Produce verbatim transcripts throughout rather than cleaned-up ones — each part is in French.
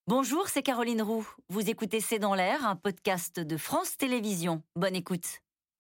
Bonjour, c'est Caroline Roux. Vous écoutez C'est dans l'air, un podcast de France Télévisions. Bonne écoute.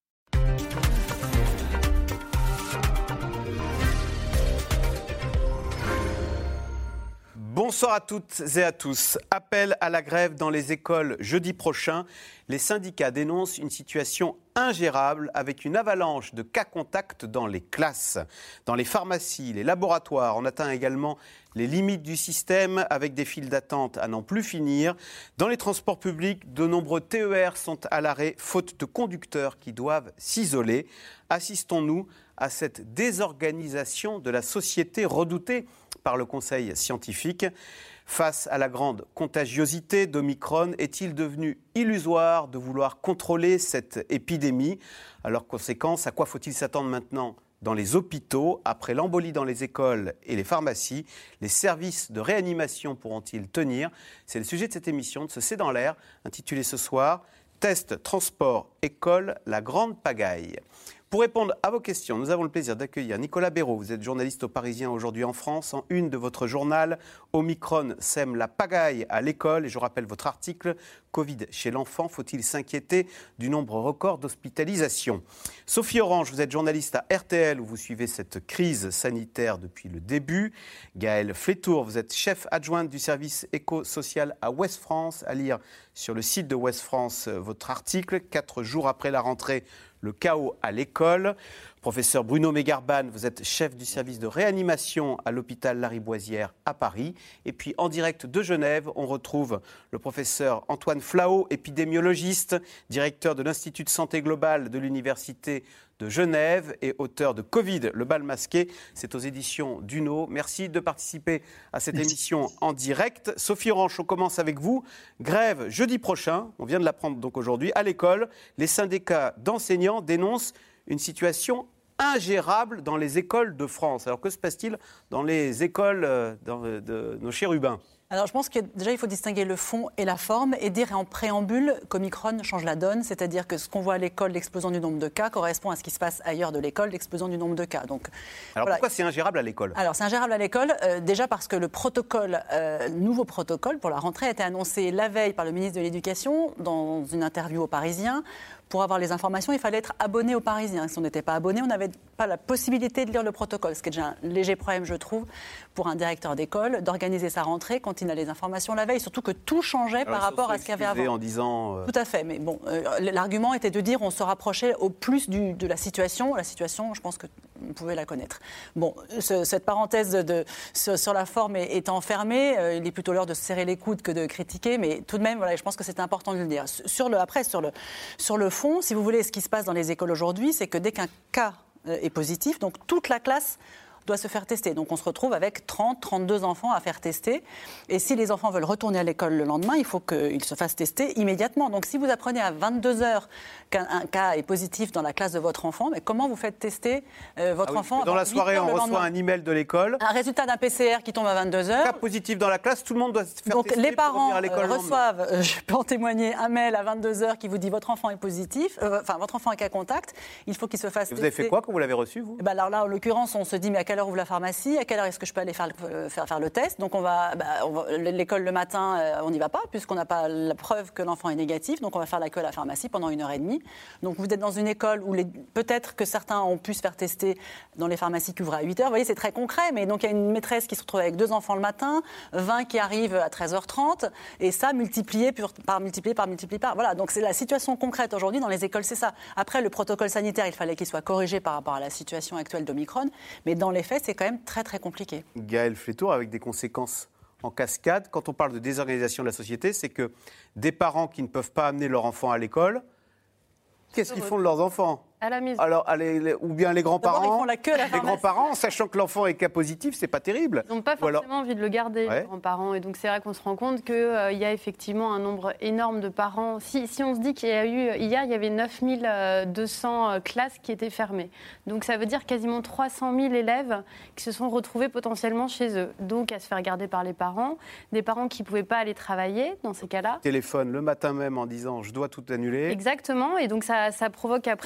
Bonsoir à toutes et à tous. Appel à la grève dans les écoles jeudi prochain. Les syndicats dénoncent une situation ingérable avec une avalanche de cas contacts dans les classes. Dans les pharmacies, les laboratoires, on atteint également les limites du système avec des files d'attente à n'en plus finir. Dans les transports publics, de nombreux T E R sont à l'arrêt faute de conducteurs qui doivent s'isoler. Assistons-nous à cette désorganisation de la société redoutée par le Conseil scientifique. Face à la grande contagiosité d'Omicron, est-il devenu illusoire de vouloir contrôler cette épidémie ? Alors, conséquence, à quoi faut-il s'attendre maintenant dans les hôpitaux? Après l'embolie dans les écoles et les pharmacies, les services de réanimation pourront-ils tenir? C'est le sujet de cette émission de ce C'est dans l'air, intitulée ce soir « Test, transport, école, la grande pagaille ». Pour répondre à vos questions, nous avons le plaisir d'accueillir Nicolas Béraud. Vous êtes journaliste au Parisien aujourd'hui en France. En une de votre journal, Omicron sème la pagaille à l'école. Et je rappelle votre article, Covid chez l'enfant, faut-il s'inquiéter du nombre record d'hospitalisations? Sophie Orange, vous êtes journaliste à R T L où vous suivez cette crise sanitaire depuis le début. Gaëlle Flétour, vous êtes chef adjointe du service éco-social à Ouest France. À lire sur le site de Ouest France votre article, quatre jours après la rentrée, le chaos à l'école. Professeur Bruno Megarban, vous êtes chef du service de réanimation à l'hôpital Lariboisière à Paris. Et puis en direct de Genève, on retrouve le professeur Antoine Flahault, épidémiologiste, directeur de l'Institut de santé globale de l'Université de Genève et auteur de Covid, le bal masqué. C'est aux éditions Duno. Merci de participer à cette Merci. émission en direct. Sophie Orange, on commence avec vous. Grève jeudi prochain, on vient de l'apprendre donc aujourd'hui, à l'école. Les syndicats d'enseignants dénoncent une situation ingérable dans les écoles de France. Alors que se passe-t-il dans les écoles dans, de, de nos chérubins ? Alors, je pense que déjà, il faut distinguer le fond et la forme et dire en préambule qu'Omicron change la donne, c'est-à-dire que ce qu'on voit à l'école, l'explosion du nombre de cas, correspond à ce qui se passe ailleurs de l'école, l'explosion du nombre de cas. Donc, Alors, voilà. Pourquoi c'est ingérable à l'école ? Alors, c'est ingérable à l'école, euh, déjà parce que le protocole, euh, nouveau protocole pour la rentrée a été annoncé la veille par le ministre de l'Éducation dans une interview au Parisien. Pour avoir les informations, il fallait être abonné aux Parisiens. Si on n'était pas abonné, on n'avait pas la possibilité de lire le protocole, ce qui est déjà un léger problème, je trouve, pour un directeur d'école, d'organiser sa rentrée quand il a les informations la veille, surtout que tout changeait Alors, par rapport à ce qu'il y avait avant. En disant, euh... Tout à fait, mais bon, euh, l'argument était de dire on se rapprochait au plus du, de la situation. La situation, je pense que vous pouvez la connaître. Bon, ce, cette parenthèse de, sur, sur la forme est, est enfermée. Euh, il est plutôt l'heure de se serrer les coudes que de critiquer, mais tout de même, voilà, je pense que c'est important de le dire. Sur le, après, sur le, sur le fond, si vous voulez, ce qui se passe dans les écoles aujourd'hui, c'est que dès qu'un cas est positif, donc toute la classe doit se faire tester. Donc on se retrouve avec trente, trente-deux enfants à faire tester. Et si les enfants veulent retourner à l'école le lendemain, il faut qu'ils se fassent tester immédiatement. Donc si vous apprenez à vingt-deux heures qu'un cas est positif dans la classe de votre enfant, mais comment vous faites tester euh, votre ah oui, enfant dans la soirée, on reçoit un email de l'école. Un résultat d'un P C R qui tombe à vingt-deux heures. Cas positif dans la classe, tout le monde doit se faire Donc tester. Donc les parents pour revenir à l'école reçoivent, euh, je peux en témoigner, un mail à vingt-deux heures qui vous dit votre enfant est positif, euh, enfin votre enfant est cas contact, il faut qu'il se fasse Et tester. vous avez fait quoi quand vous l'avez reçu, vous ? Ben alors là, en l'occurrence, on se dit mais à quelle heure ouvre la pharmacie ? À quelle heure est-ce que je peux aller faire le, faire, faire le test ? Donc on va, bah, on va, l'école le matin, euh, on n'y va pas puisqu'on n'a pas la preuve que l'enfant est négatif. Donc on va faire la queue à la pharmacie pendant une heure et demie. Donc vous êtes dans une école où les, peut-être que certains ont pu se faire tester dans les pharmacies qui ouvrent à huit heures. Vous voyez, c'est très concret. Mais donc il y a une maîtresse qui se retrouve avec deux enfants le matin, vingt qui arrivent à treize heures trente, et ça multiplié par multiplié par multiplié par. Voilà. Donc c'est la situation concrète aujourd'hui dans les écoles, c'est ça. Après le protocole sanitaire, il fallait qu'il soit corrigé par rapport à la situation actuelle d'Omicron, mais dans les faits, c'est quand même très très compliqué. Gaëlle Flétour, avec des conséquences en cascade. Quand on parle de désorganisation de la société, c'est que des parents qui ne peuvent pas amener leur enfant à l'école, qu'est-ce qu'ils font de leurs enfants ? À la maison. Alors, allez, ou bien les grands-parents. D'abord, ils font la queue à la les grands-parents, sachant que l'enfant est cas positif, c'est pas terrible. Ils n'ont pas forcément alors... envie de le garder, ouais. les grands-parents. Et donc, c'est vrai qu'on se rend compte qu'il euh, y a effectivement un nombre énorme de parents. Si, si on se dit qu'il y a eu, hier, il y avait neuf mille deux cents classes qui étaient fermées. Donc, ça veut dire quasiment trois cent mille élèves qui se sont retrouvés potentiellement chez eux. Donc, à se faire garder par les parents. Des parents qui ne pouvaient pas aller travailler dans ces cas-là. Téléphone le matin même en disant « je dois tout annuler ». Exactement. Et donc, ça, ça provoque après des désorganisations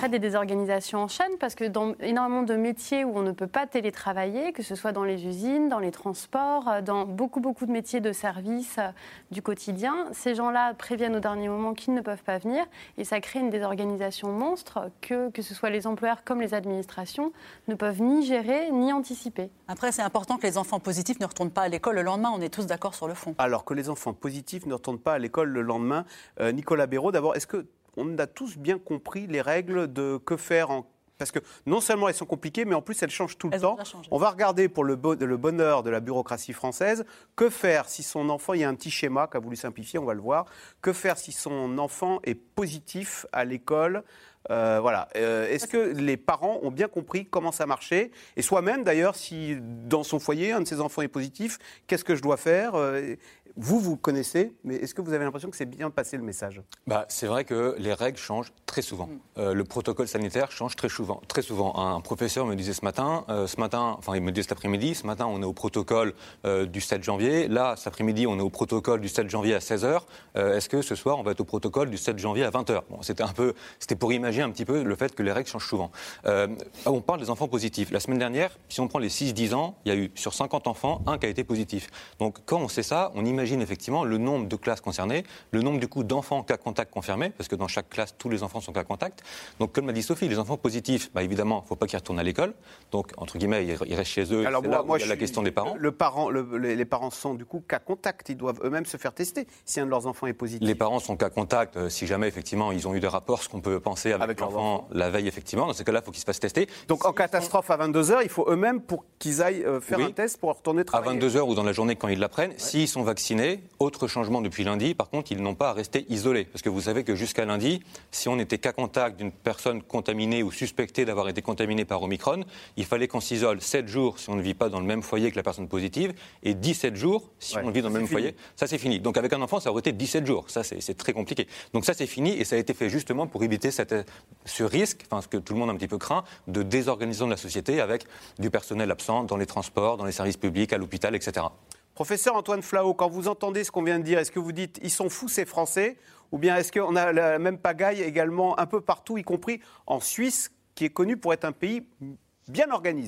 désorganisation en chaîne parce que dans énormément de métiers où on ne peut pas télétravailler, que ce soit dans les usines, dans les transports, dans beaucoup, beaucoup de métiers de service du quotidien, ces gens-là préviennent au dernier moment qu'ils ne peuvent pas venir et ça crée une désorganisation monstre que, que ce soit les employeurs comme les administrations ne peuvent ni gérer ni anticiper. Après, c'est important que les enfants positifs ne retournent pas à l'école le lendemain, on est tous d'accord sur le fond. Alors que les enfants positifs ne retournent pas à l'école le lendemain, euh, Nicolas Béraud, d'abord, est-ce qu'on a tous bien compris les règles de que faire en... Parce que non seulement elles sont compliquées, mais en plus elles changent tout le elles temps. On va regarder pour le, bo- le bonheur de la bureaucratie française, que faire si son enfant, il y a un petit schéma qu'a voulu simplifier, on va le voir, que faire si son enfant est positif à l'école. Euh, voilà. Euh, est-ce que les parents ont bien compris comment ça marchait ? Et soi-même, d'ailleurs, si dans son foyer, un de ses enfants est positif, qu'est-ce que je dois faire ? euh, Vous, vous connaissez, mais est-ce que vous avez l'impression que c'est bien passé le message ? Bah, c'est vrai que les règles changent très souvent. Mm. Euh, le protocole sanitaire change très souvent. Très souvent. Un professeur me disait ce matin, euh, ce matin, enfin il me disait cet après-midi, ce matin on est au protocole euh, du sept janvier, là cet après-midi on est au protocole du sept janvier à seize heures, euh, est-ce que ce soir on va être au protocole du sept janvier à vingt heures ? Bon, c'était un peu, c'était pour imaginer un petit peu le fait que les règles changent souvent. Euh, on parle des enfants positifs. La semaine dernière, si on prend les six dix ans, il y a eu sur cinquante enfants, un qui a été positif. Donc quand on sait ça, on imagine effectivement le nombre de classes concernées, le nombre du coup d'enfants cas contact confirmés, parce que dans chaque classe, tous les enfants sont cas contact. Donc comme l'a dit Sophie, les enfants positifs, bah, évidemment, il ne faut pas qu'ils retournent à l'école. Donc entre guillemets, ils restent chez eux. Alors c'est moi, là où moi, il y a je la suis, question des parents. Le parent, le, les, les parents sont du coup cas contact, ils doivent eux-mêmes se faire tester si un de leurs enfants est positif. Les parents sont cas contact, euh, si jamais effectivement ils ont eu des rapports, ce qu'on peut penser avec, avec l'enfant la veille effectivement. Dans ce cas-là, il faut qu'ils se fassent tester. Donc si en catastrophe sont... à vingt-deux heures, il faut eux-mêmes pour qu'ils aillent euh, faire oui. un test pour retourner travailler. À vingt-deux heures ou dans la journée quand ils l'apprennent, ouais. S'ils sont vaccinés, autre changement depuis lundi, par contre, ils n'ont pas à rester isolés. Parce que vous savez que jusqu'à lundi, si on était cas contact d'une personne contaminée ou suspectée d'avoir été contaminée par Omicron, il fallait qu'on s'isole sept jours si on ne vit pas dans le même foyer que la personne positive et dix-sept jours si ouais, on vit dans le même fini. foyer. Ça, c'est fini. Donc avec un enfant, ça aurait été dix-sept jours. Ça, c'est, c'est très compliqué. Donc ça, c'est fini et ça a été fait justement pour éviter cette, ce risque, enfin, ce que tout le monde a un petit peu craint, de désorganisation de la société avec du personnel absent dans les transports, dans les services publics, à l'hôpital, et cetera. Professeur Antoine Flahault, quand vous entendez ce qu'on vient de dire, est-ce que vous dites « ils sont fous ces Français » ou bien est-ce qu'on a la même pagaille également un peu partout, y compris en Suisse, qui est connu pour être un pays bien organisé ?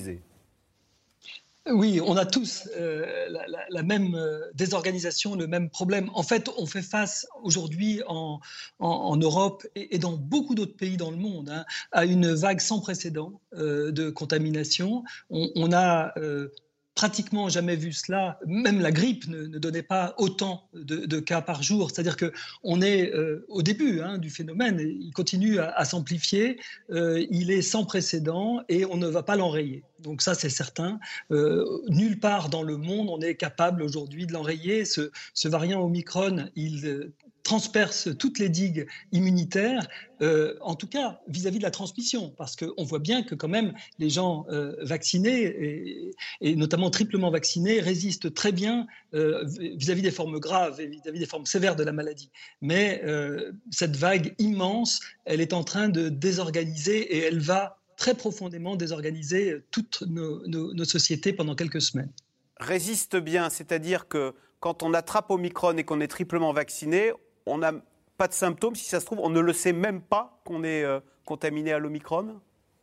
Oui, on a tous euh, la, la, la même euh, désorganisation, le même problème. En fait, on fait face aujourd'hui en, en, en Europe et, et dans beaucoup d'autres pays dans le monde hein, à une vague sans précédent euh, de contamination. On, on a... Euh, pratiquement jamais vu cela. Même la grippe ne, ne donnait pas autant de, de cas par jour. C'est-à-dire qu'on est euh, au début hein, du phénomène. Il continue à, à s'amplifier. Euh, il est sans précédent et on ne va pas l'enrayer. Donc ça, c'est certain. Euh, nulle part dans le monde, on est capable aujourd'hui de l'enrayer. Ce, ce variant Omicron, il... Euh, transperce toutes les digues immunitaires, euh, en tout cas vis-à-vis de la transmission, parce qu'on voit bien que quand même les gens euh, vaccinés, et, et notamment triplement vaccinés, résistent très bien euh, vis-à-vis des formes graves et vis-à-vis des formes sévères de la maladie. Mais euh, cette vague immense, elle est en train de désorganiser et elle va très profondément désorganiser toutes nos, nos, nos sociétés pendant quelques semaines. Résiste bien, c'est-à-dire que quand on attrape Omicron et qu'on est triplement vacciné, on n'a pas de symptômes, si ça se trouve, on ne le sait même pas qu'on est euh, contaminé à l'Omicron ?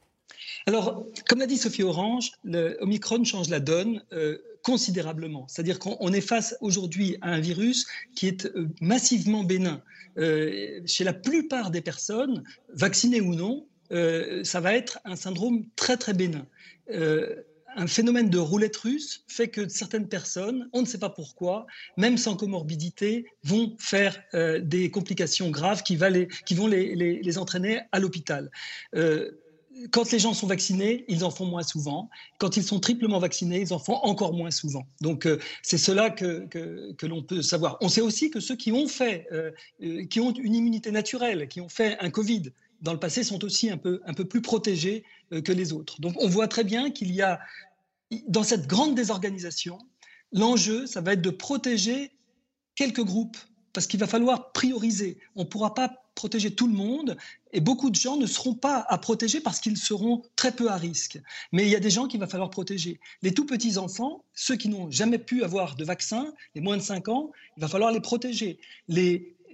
Alors, comme l'a dit Sophie Orange, le Omicron change la donne euh, considérablement. C'est-à-dire qu'on est face aujourd'hui à un virus qui est euh, massivement bénin. Euh, chez la plupart des personnes, vaccinées ou non, euh, ça va être un syndrome très très bénin. Euh, Un phénomène de roulette russe fait que certaines personnes, on ne sait pas pourquoi, même sans comorbidité, vont faire euh, des complications graves qui, va les, qui vont les, les, les entraîner à l'hôpital. Euh, quand les gens sont vaccinés, ils en font moins souvent. Quand ils sont triplement vaccinés, ils en font encore moins souvent. Donc euh, c'est cela que, que, que l'on peut savoir. On sait aussi que ceux qui ont fait, euh, qui ont une immunité naturelle, qui ont fait un Covid, dans le passé, sont aussi un peu, un peu plus protégés euh, que les autres. Donc on voit très bien qu'il y a dans cette grande désorganisation, l'enjeu, ça va être de protéger quelques groupes, parce qu'il va falloir prioriser. On ne pourra pas protéger tout le monde, et beaucoup de gens ne seront pas à protéger parce qu'ils seront très peu à risque. Mais il y a des gens qu'il va falloir protéger. Les tout petits enfants, ceux qui n'ont jamais pu avoir de vaccin, les moins de cinq ans, il va falloir les protéger. Les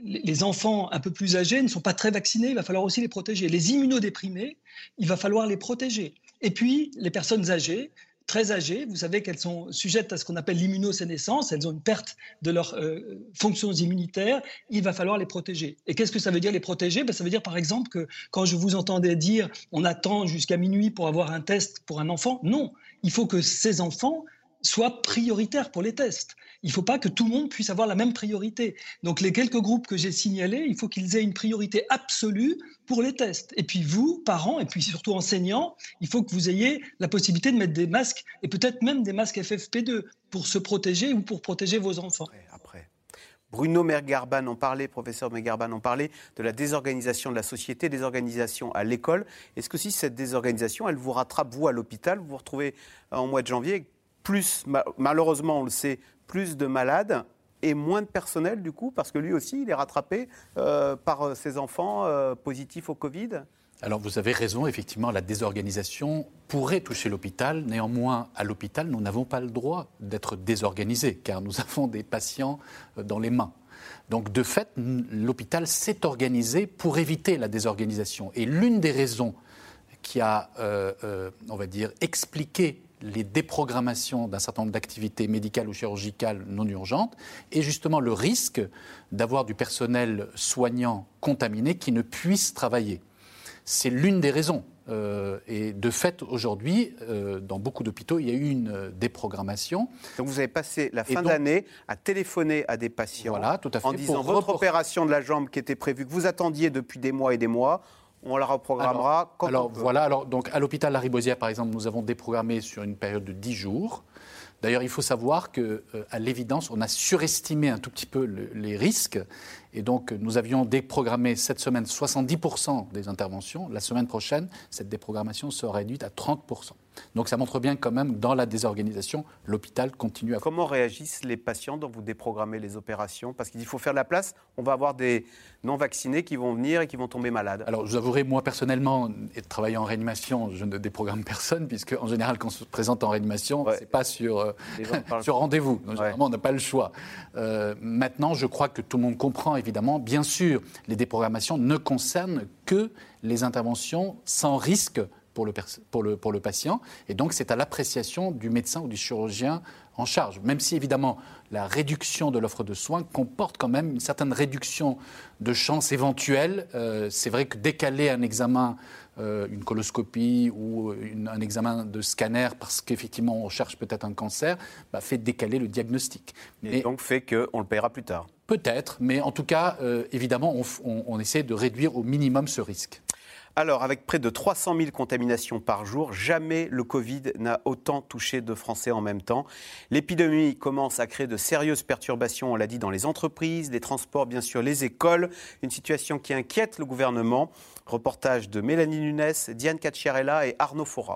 les enfants un peu plus âgés ne sont pas très vaccinés, il va falloir aussi les protéger. Les immunodéprimés, il va falloir les protéger. Et puis, les personnes âgées, très âgées, vous savez qu'elles sont sujettes à ce qu'on appelle l'immunosénescence, elles ont une perte de leurs euh, fonctions immunitaires, il va falloir les protéger. Et qu'est-ce que ça veut dire les protéger ? Ben, ça veut dire par exemple que quand je vous entendais dire on attend jusqu'à minuit pour avoir un test pour un enfant, non, il faut que ces enfants soient prioritaires pour les tests. Il ne faut pas que tout le monde puisse avoir la même priorité. Donc les quelques groupes que j'ai signalés, il faut qu'ils aient une priorité absolue pour les tests. Et puis vous, parents, et puis surtout enseignants, il faut que vous ayez la possibilité de mettre des masques, et peut-être même des masques F F P deux, pour se protéger ou pour protéger vos enfants. Après, après. Bruno Mergarban en parlait, professeur Mergarban en parlait, de la désorganisation de la société, désorganisation à l'école. Est-ce que si cette désorganisation, elle vous rattrape, vous, à l'hôpital, vous vous retrouvez en mois de janvier, plus, malheureusement, on le sait, plus de malades et moins de personnel, du coup, parce que lui aussi, il est rattrapé euh, par ses enfants euh, positifs au Covid ? Alors, vous avez raison, effectivement, la désorganisation pourrait toucher l'hôpital. Néanmoins, à l'hôpital, nous n'avons pas le droit d'être désorganisés, car nous avons des patients dans les mains. Donc, de fait, l'hôpital s'est organisé pour éviter la désorganisation. Et l'une des raisons qui a, euh, euh, on va dire, expliqué les déprogrammations d'un certain nombre d'activités médicales ou chirurgicales non urgentes, et justement le risque d'avoir du personnel soignant contaminé qui ne puisse travailler. C'est l'une des raisons. Euh, et de fait, aujourd'hui, euh, dans beaucoup d'hôpitaux, il y a eu une déprogrammation. Donc vous avez passé la fin donc, d'année à téléphoner à des patients voilà, tout à fait, en disant votre report... opération de la jambe qui était prévue, que vous attendiez depuis des mois et des mois, on la reprogrammera alors, quand alors, on peut. Voilà, alors, donc, à l'hôpital Lariboisière, par exemple, nous avons déprogrammé sur une période de dix jours. D'ailleurs, il faut savoir qu'à euh, l'évidence, on a surestimé un tout petit peu le, les risques. Et donc, nous avions déprogrammé cette semaine soixante-dix pour cent des interventions. La semaine prochaine, cette déprogrammation sera réduite à trente pour cent. Donc, ça montre bien quand même, dans la désorganisation, l'hôpital continue à... Comment réagissent les patients dont vous déprogrammez les opérations ? Parce qu'il faut faire de la place, on va avoir des non-vaccinés qui vont venir et qui vont tomber malades. Alors, je vous avouerai, moi, personnellement, et travaillant en réanimation, je ne déprogramme personne, puisque, en général, quand on se présente en réanimation, ouais. c'est pas sur, euh, sur rendez-vous. Donc, ouais. Généralement, on n'a pas le choix. Euh, maintenant, je crois que tout le monde comprend, évidemment. Bien sûr, les déprogrammations ne concernent que les interventions sans risque pour le, pers- pour le, pour le patient. Et donc, c'est à l'appréciation du médecin ou du chirurgien en charge. Même si, évidemment, la réduction de l'offre de soins comporte quand même une certaine réduction de chances éventuelles. Euh, c'est vrai que décaler un examen, euh, une coloscopie ou une, un examen de scanner, parce qu'effectivement, on cherche peut-être un cancer, bah, fait décaler le diagnostic. Et, Et donc, fait qu'on le paiera plus tard. Peut-être, mais en tout cas, euh, évidemment, on, on, on essaie de réduire au minimum ce risque. Alors, avec près de trois cent mille contaminations par jour, jamais le Covid n'a autant touché de Français en même temps. L'épidémie commence à créer de sérieuses perturbations, on l'a dit, dans les entreprises, les transports, bien sûr, les écoles. Une situation qui inquiète le gouvernement. Reportage de Mélanie Nunes, Diane Cacciarella et Arnaud Fora.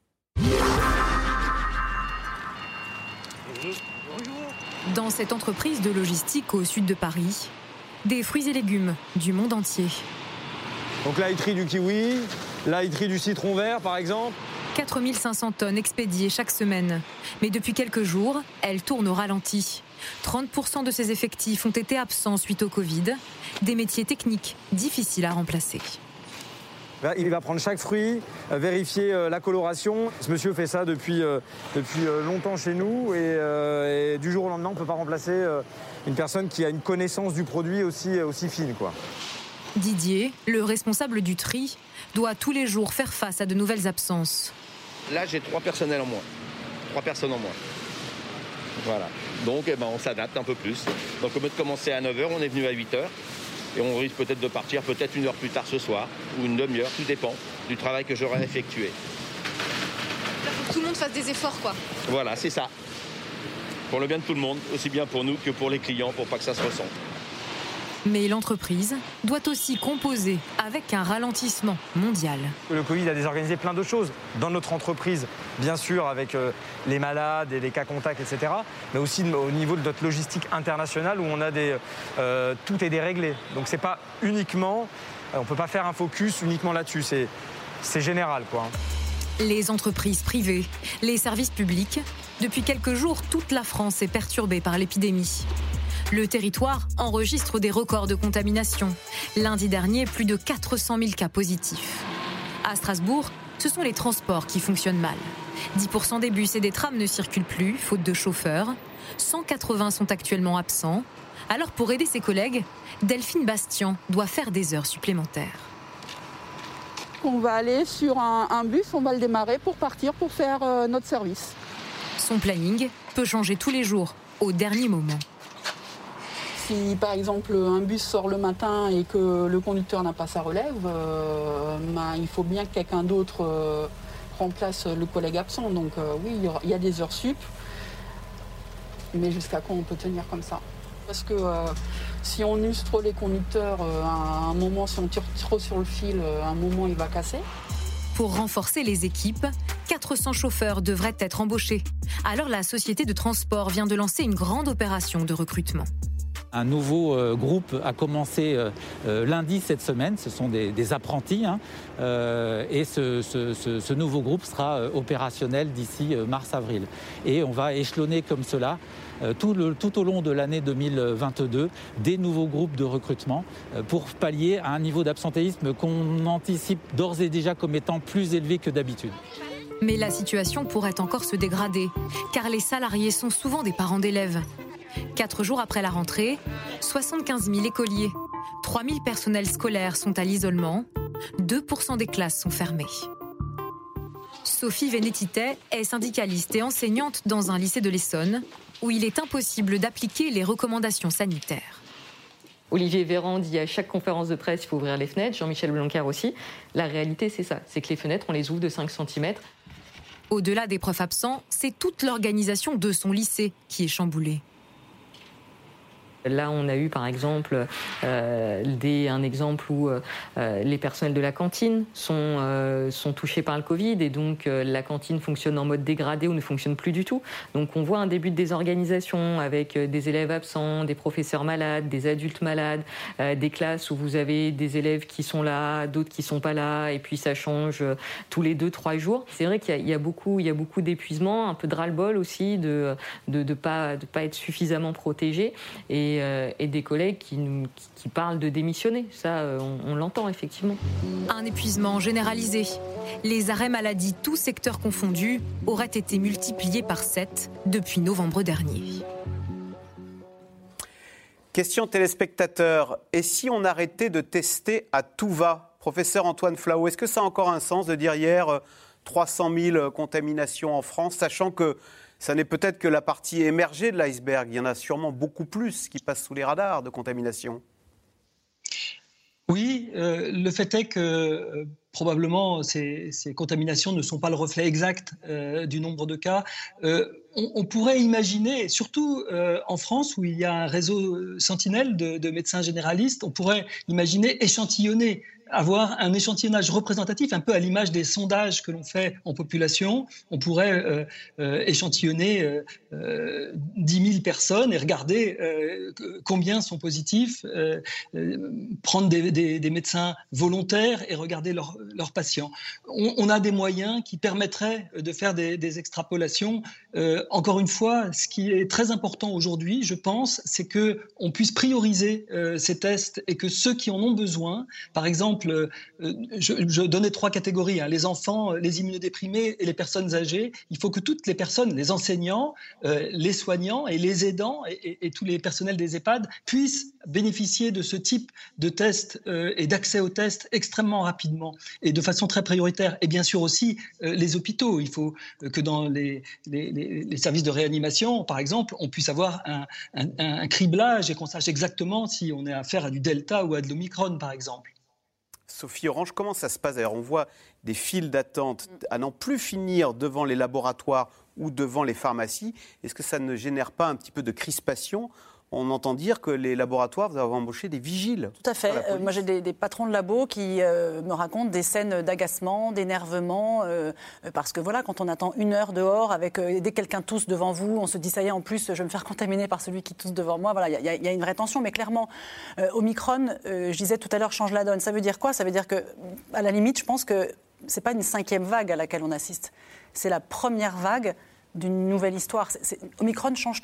Dans cette entreprise de logistique au sud de Paris, des fruits et légumes du monde entier. Donc là, il trie du kiwi, là, il trie du citron vert, par exemple. quatre mille cinq cents tonnes expédiées chaque semaine. Mais depuis quelques jours, elles tournent au ralenti. trente pour cent de ces effectifs ont été absents suite au Covid. Des métiers techniques difficiles à remplacer. Là, il va prendre chaque fruit, euh, vérifier euh, la coloration. Ce monsieur fait ça depuis, euh, depuis euh, longtemps chez nous. Et, euh, et du jour au lendemain, on ne peut pas remplacer euh, une personne qui a une connaissance du produit aussi, aussi fine, quoi. Didier, le responsable du tri, doit tous les jours faire face à de nouvelles absences. Là, j'ai trois personnels en moins. Trois personnes en moins. Voilà. Donc, eh ben, on s'adapte un peu plus. Donc, au lieu de commencer à neuf heures, on est venu à huit heures. Et on risque peut-être de partir peut-être une heure plus tard ce soir, ou une demi-heure, tout dépend du travail que j'aurai effectué. Il faut que tout le monde fasse des efforts, quoi. Voilà, c'est ça. Pour le bien de tout le monde, aussi bien pour nous que pour les clients, pour pas que ça se ressente. Mais l'entreprise doit aussi composer avec un ralentissement mondial. Le Covid a désorganisé plein d'autres choses dans notre entreprise, bien sûr avec euh, les malades et les cas contacts, et cetera. Mais aussi au niveau de notre logistique internationale où on a des, euh, tout est déréglé. Donc c'est pas uniquement, on peut pas faire un focus uniquement là-dessus. C'est, c'est général, quoi. Les entreprises privées, les services publics. Depuis quelques jours, toute la France est perturbée par l'épidémie. Le territoire enregistre des records de contamination. Lundi dernier, plus de quatre cent mille cas positifs. À Strasbourg, ce sont les transports qui fonctionnent mal. dix pour cent des bus et des trams ne circulent plus, faute de chauffeurs. cent quatre-vingts sont actuellement absents. Alors pour aider ses collègues, Delphine Bastian doit faire des heures supplémentaires. On va aller sur un, un bus, on va le démarrer pour partir, pour faire euh, notre service. Son planning peut changer tous les jours, au dernier moment. Si par exemple un bus sort le matin et que le conducteur n'a pas sa relève, euh, ben, il faut bien que quelqu'un d'autre euh, remplace le collègue absent. Donc euh, oui, il y, aura, il y a des heures sup, mais jusqu'à quand on peut tenir comme ça ? Parce que euh, si on use trop les conducteurs, euh, à un moment, si on tire trop sur le fil, euh, à un moment, il va casser. Pour renforcer les équipes, quatre cents chauffeurs devraient être embauchés. Alors la société de transport vient de lancer une grande opération de recrutement. Un nouveau euh, groupe a commencé euh, euh, lundi cette semaine, ce sont des, des apprentis, hein, euh, et ce, ce, ce, ce nouveau groupe sera euh, opérationnel d'ici euh, mars-avril. Et on va échelonner comme cela euh, tout, le, tout au long de l'année deux mille vingt-deux des nouveaux groupes de recrutement euh, pour pallier à un niveau d'absentéisme qu'on anticipe d'ores et déjà comme étant plus élevé que d'habitude. Mais la situation pourrait encore se dégrader, car les salariés sont souvent des parents d'élèves. Quatre jours après la rentrée, soixante-quinze mille écoliers, trois mille personnels scolaires sont à l'isolement, deux pour cent des classes sont fermées. Sophie Vénétité est syndicaliste et enseignante dans un lycée de l'Essonne, où il est impossible d'appliquer les recommandations sanitaires. Olivier Véran dit à chaque conférence de presse, il faut ouvrir les fenêtres, Jean-Michel Blanquer aussi. La réalité, c'est ça, c'est que les fenêtres, on les ouvre de cinq centimètres. Au-delà des profs absents, c'est toute l'organisation de son lycée qui est chamboulée. Là, on a eu par exemple euh, des, un exemple où euh, les personnels de la cantine sont, euh, sont touchés par le Covid et donc euh, la cantine fonctionne en mode dégradé ou ne fonctionne plus du tout. Donc on voit un début de désorganisation avec des élèves absents, des professeurs malades, des adultes malades, euh, des classes où vous avez des élèves qui sont là, d'autres qui sont pas là et puis ça change euh, tous les deux, trois jours. C'est vrai qu'il y a, il y a beaucoup, il y a beaucoup d'épuisement, un peu de ras-le-bol aussi de de, de pas de pas être suffisamment protégés et et des collègues qui, nous, qui parlent de démissionner. Ça, on, on l'entend effectivement. Un épuisement généralisé. Les arrêts maladie, tous secteurs confondus, auraient été multipliés par sept depuis novembre dernier. Question téléspectateur. Et si on arrêtait de tester à tout va ? Professeur Antoine Flahault, est-ce que ça a encore un sens de dire hier trois cent mille contaminations en France, sachant que ça n'est peut-être que la partie émergée de l'iceberg. Il y en a sûrement beaucoup plus qui passent sous les radars de contamination. Oui, euh, le fait est que euh, probablement ces, ces contaminations ne sont pas le reflet exact euh, du nombre de cas. Euh, on, on pourrait imaginer, surtout euh, en France où il y a un réseau sentinelle de, de médecins généralistes, on pourrait imaginer échantillonner, avoir un échantillonnage représentatif, un peu à l'image des sondages que l'on fait en population. On pourrait euh, euh, échantillonner euh, euh, dix mille personnes et regarder euh, combien sont positifs, euh, euh, prendre des, des, des médecins volontaires et regarder leurs leurs patients. On, on a des moyens qui permettraient de faire des, des extrapolations. Euh, encore une fois, ce qui est très important aujourd'hui, je pense, c'est qu'on puisse prioriser euh, ces tests et que ceux qui en ont besoin, par exemple, Euh, je, je donnais trois catégories, hein, les enfants, les immunodéprimés et les personnes âgées. Il faut que toutes les personnes, les enseignants, euh, les soignants et les aidants et, et, et tous les personnels des EHPAD puissent bénéficier de ce type de tests euh, et d'accès aux tests extrêmement rapidement et de façon très prioritaire. Et bien sûr aussi euh, les hôpitaux. Il faut que dans les, les, les, les services de réanimation, par exemple, on puisse avoir un, un, un criblage et qu'on sache exactement si on est affaire à du Delta ou à de l'Omicron, par exemple. Sophie Orange, comment ça se passe ? D'ailleurs, on voit des files d'attente à n'en plus finir devant les laboratoires ou devant les pharmacies. Est-ce que ça ne génère pas un petit peu de crispation ? On entend dire que les laboratoires vous avez embauché des vigiles. Tout à fait. Euh, moi, j'ai des, des patrons de labos qui euh, me racontent des scènes d'agacement, d'énervement, euh, parce que voilà, quand on attend une heure dehors, avec euh, dès que quelqu'un tousse devant vous, on se dit ça y est, en plus, je vais me faire contaminer par celui qui tousse devant moi. Voilà, il y, y, y a une vraie tension, mais clairement, euh, Omicron, euh, je disais tout à l'heure, change la donne. Ça veut dire quoi ? Ça veut dire que, à la limite, je pense que c'est pas une cinquième vague à laquelle on assiste. C'est la première vague d'une nouvelle histoire. C'est, c'est, Omicron change tout.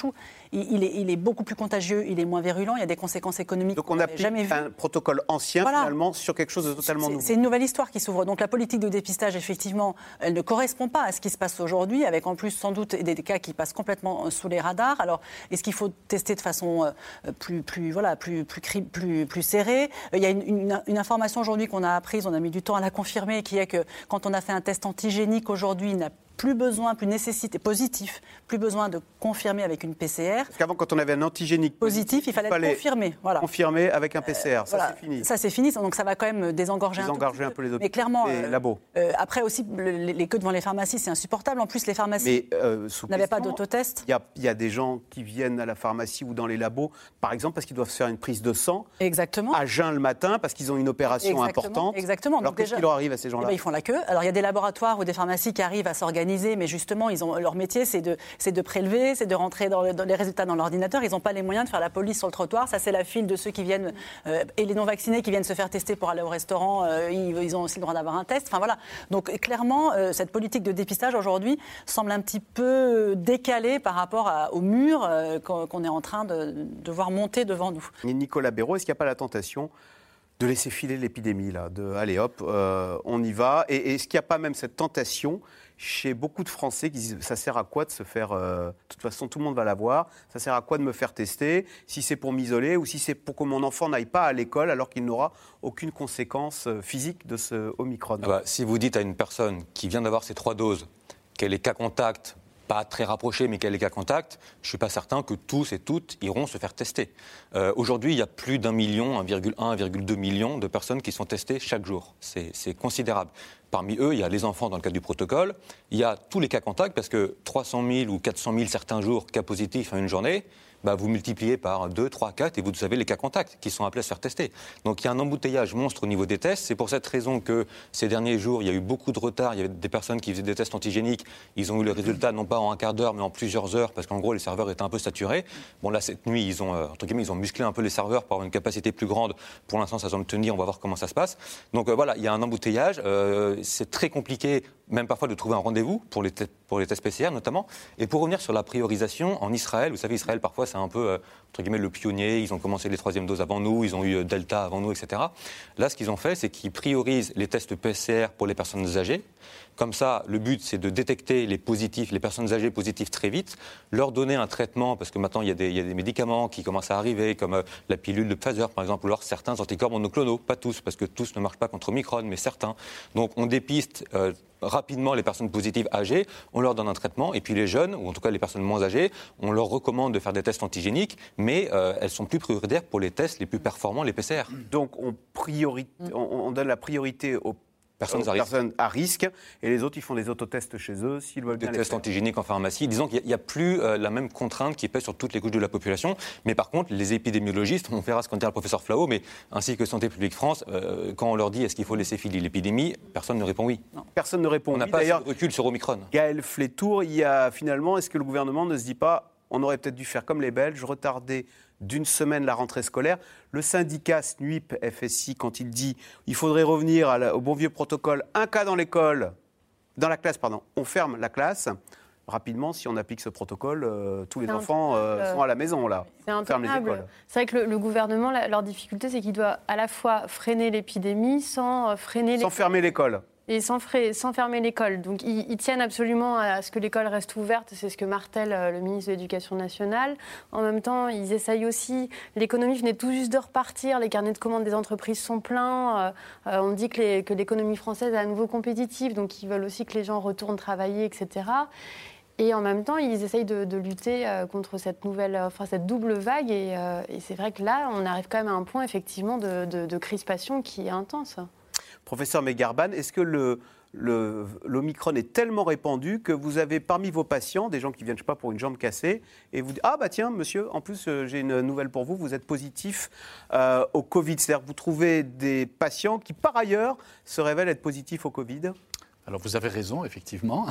il, il, est, il est beaucoup plus contagieux, il est moins virulent, il y a des conséquences économiques. Donc on applique jamais vu. un protocole ancien voilà. finalement sur quelque chose de totalement c'est, nouveau. C'est une nouvelle histoire qui s'ouvre. Donc la politique de dépistage, effectivement, elle ne correspond pas à ce qui se passe aujourd'hui, avec en plus sans doute des cas qui passent complètement sous les radars. Alors est-ce qu'il faut tester de façon plus, plus, voilà, plus, plus, plus, plus, plus serrée? Il y a une, une, une information aujourd'hui qu'on a apprise, on a mis du temps à la confirmer, qui est que quand on a fait un test antigénique aujourd'hui, il n'a plus besoin, plus nécessité, positif, plus besoin de confirmer avec une P C R. Parce qu'avant, quand on avait un antigénique positif, positif il fallait, il fallait le confirmer. Voilà. Confirmer avec un P C R, euh, ça voilà. c'est fini. Ça c'est fini, donc ça va quand même désengorger, désengorger un, un peu les hôpitaux. Mais clairement, les euh, labos. Euh, après aussi, le, les, les queues devant les pharmacies, c'est insupportable. En plus, les pharmacies Mais, euh, n'avaient pas d'autotest. Il y, y a des gens qui viennent à la pharmacie ou dans les labos, par exemple, parce qu'ils doivent faire une prise de sang. Exactement. À jeun le matin, parce qu'ils ont une opération Exactement. importante. Exactement. Alors qu'est-ce qui leur arrive à ces gens-là? Eh ben, ils font la queue. Alors il y a des laboratoires ou des pharmacies qui arrivent à s'organiser, mais justement, ils ont, leur métier, c'est de, c'est de prélever, c'est de rentrer dans, le, dans les résultats dans l'ordinateur. Ils n'ont pas les moyens de faire la police sur le trottoir. Ça, c'est la file de ceux qui viennent, euh, et les non-vaccinés qui viennent se faire tester pour aller au restaurant. Euh, ils, ils ont aussi le droit d'avoir un test. Enfin voilà. Donc clairement, euh, cette politique de dépistage aujourd'hui semble un petit peu décalée par rapport à, au mur euh, qu'on, qu'on est en train de, de voir monter devant nous. Nicolas Béraud, est-ce qu'il n'y a pas la tentation de laisser filer l'épidémie, là, de allez hop, euh, on y va? Et, et est-ce qu'il n'y a pas même cette tentation chez beaucoup de Français qui disent ça sert à quoi de se faire, euh, de toute façon tout le monde va l'avoir, ça sert à quoi de me faire tester, si c'est pour m'isoler ou si c'est pour que mon enfant n'aille pas à l'école alors qu'il n'aura aucune conséquence physique de ce Omicron? Ah bah, si vous dites à une personne qui vient d'avoir ses trois doses qu'elle est cas contact, pas très rapprochée, mais qu'elle est cas contact, je ne suis pas certain que tous et toutes iront se faire tester. Euh, aujourd'hui, il y a plus d'un million, un virgule un, un virgule deux million de personnes qui sont testées chaque jour. C'est, c'est considérable. Parmi eux, il y a les enfants dans le cadre du protocole, il y a tous les cas contacts, parce que trois cent mille ou quatre cent mille certains jours, cas positifs en une journée, bah vous multipliez par deux, trois, quatre et vous savez les cas contacts qui sont appelés à se faire tester. Donc il y a un embouteillage monstre au niveau des tests. C'est pour cette raison que ces derniers jours, il y a eu beaucoup de retard. Il y avait des personnes qui faisaient des tests antigéniques. Ils ont eu les résultats non pas en un quart d'heure, mais en plusieurs heures, parce qu'en gros, les serveurs étaient un peu saturés. Bon, là, cette nuit, ils ont, euh, entre guillemets, ils ont musclé un peu les serveurs pour avoir une capacité plus grande. Pour l'instant, ça semble tenir. On va voir comment ça se passe. Donc euh, voilà, il y a un embouteillage. Euh, c'est très compliqué, même parfois, de trouver un rendez-vous pour les, te- pour les tests P C R, notamment. Et pour revenir sur la priorisation, en Israël, vous savez, Israël, parfois, c'est un peu, euh, entre guillemets, le pionnier. Ils ont commencé les troisième doses avant nous, ils ont eu Delta avant nous, et cetera. Là, ce qu'ils ont fait, c'est qu'ils priorisent les tests P C R pour les personnes âgées. Comme ça, le but, c'est de détecter les positifs, les personnes âgées positives très vite, leur donner un traitement, parce que maintenant, il y a des, il y a des médicaments qui commencent à arriver, comme euh, la pilule de Pfizer, par exemple, ou alors certains anticorps monoclonaux, pas tous, parce que tous ne marchent pas contre Omicron, mais certains. Donc, on dépiste euh, rapidement les personnes positives âgées, on leur donne un traitement, et puis les jeunes, ou en tout cas les personnes moins âgées, on leur recommande de faire des tests antigéniques, mais euh, elles sont plus prioritaires pour les tests les plus performants, les P C R. Donc, on, priori... on, on donne la priorité aux Personnes à, personnes à risque, et les autres, ils font des autotests chez eux, s'ils veulent des bien tests les faire. antigéniques en pharmacie. Disons qu'il n'y a, a plus euh, la même contrainte qui pèse sur toutes les couches de la population. Mais par contre, les épidémiologistes, on verra ce qu'en dira le professeur Flao, mais ainsi que Santé publique France, euh, quand on leur dit est-ce qu'il faut laisser filer l'épidémie, personne ne répond oui. Non, personne ne répond on n'a oui. pas assez D'ailleurs, de recul sur Omicron. Gaël Flétour, il y a finalement, est-ce que le gouvernement ne se dit pas on aurait peut-être dû faire comme les Belges, retarder d'une semaine la rentrée scolaire? Le syndicat S N U I P F S I, quand il dit il faudrait revenir à la, au bon vieux protocole, un cas dans l'école, dans la classe, pardon, on ferme la classe. Rapidement, si on applique ce protocole, euh, tous les c'est enfants euh, sont à la maison, là. C'est on ferme les écoles. C'est vrai que le, le gouvernement, la, leur difficulté, c'est qu'il doit à la fois freiner l'épidémie sans euh, freiner... Sans fermer l'école. Et sans, frais, sans fermer l'école. Donc ils, ils tiennent absolument à ce que l'école reste ouverte, c'est ce que martèle le ministre de l'Éducation nationale. En même temps, ils essayent aussi, l'économie venait tout juste de repartir, les carnets de commandes des entreprises sont pleins, euh, on dit que, les, que l'économie française est à nouveau compétitive, donc ils veulent aussi que les gens retournent travailler, et cetera. Et en même temps, ils essayent de, de lutter euh, contre cette nouvelle, enfin cette double vague. Et, euh, et c'est vrai que là, on arrive quand même à un point effectivement de, de, de crispation qui est intense. Professeur Megarban, est-ce que le, le, l'Omicron est tellement répandu que vous avez parmi vos patients des gens qui viennent, je sais pas, pour une jambe cassée, et vous dites ah bah tiens monsieur, en plus euh, j'ai une nouvelle pour vous, vous êtes positif euh, au Covid, c'est-à-dire que vous trouvez des patients qui par ailleurs se révèlent être positifs au Covid? Alors vous avez raison, effectivement.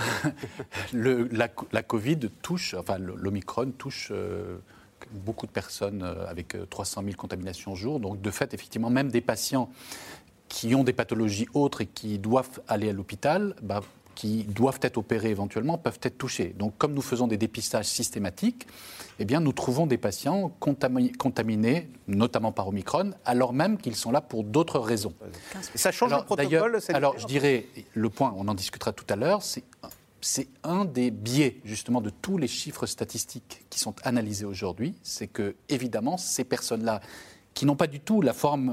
le, la, la Covid touche, enfin l'Omicron touche euh, beaucoup de personnes avec trois cent mille contaminations au jour. Donc de fait, effectivement, même des patients qui ont des pathologies autres et qui doivent aller à l'hôpital, bah, qui doivent être opérés éventuellement peuvent être touchés. Donc, comme nous faisons des dépistages systématiques, eh bien, nous trouvons des patients contami- contaminés, notamment par Omicron, alors même qu'ils sont là pour d'autres raisons. Et ça change alors, le protocole sanitaire ? Alors, je dirais, le point, on en discutera tout à l'heure, c'est, c'est un des biais, justement, de tous les chiffres statistiques qui sont analysés aujourd'hui, c'est que, évidemment, ces personnes-là, qui n'ont pas du tout la forme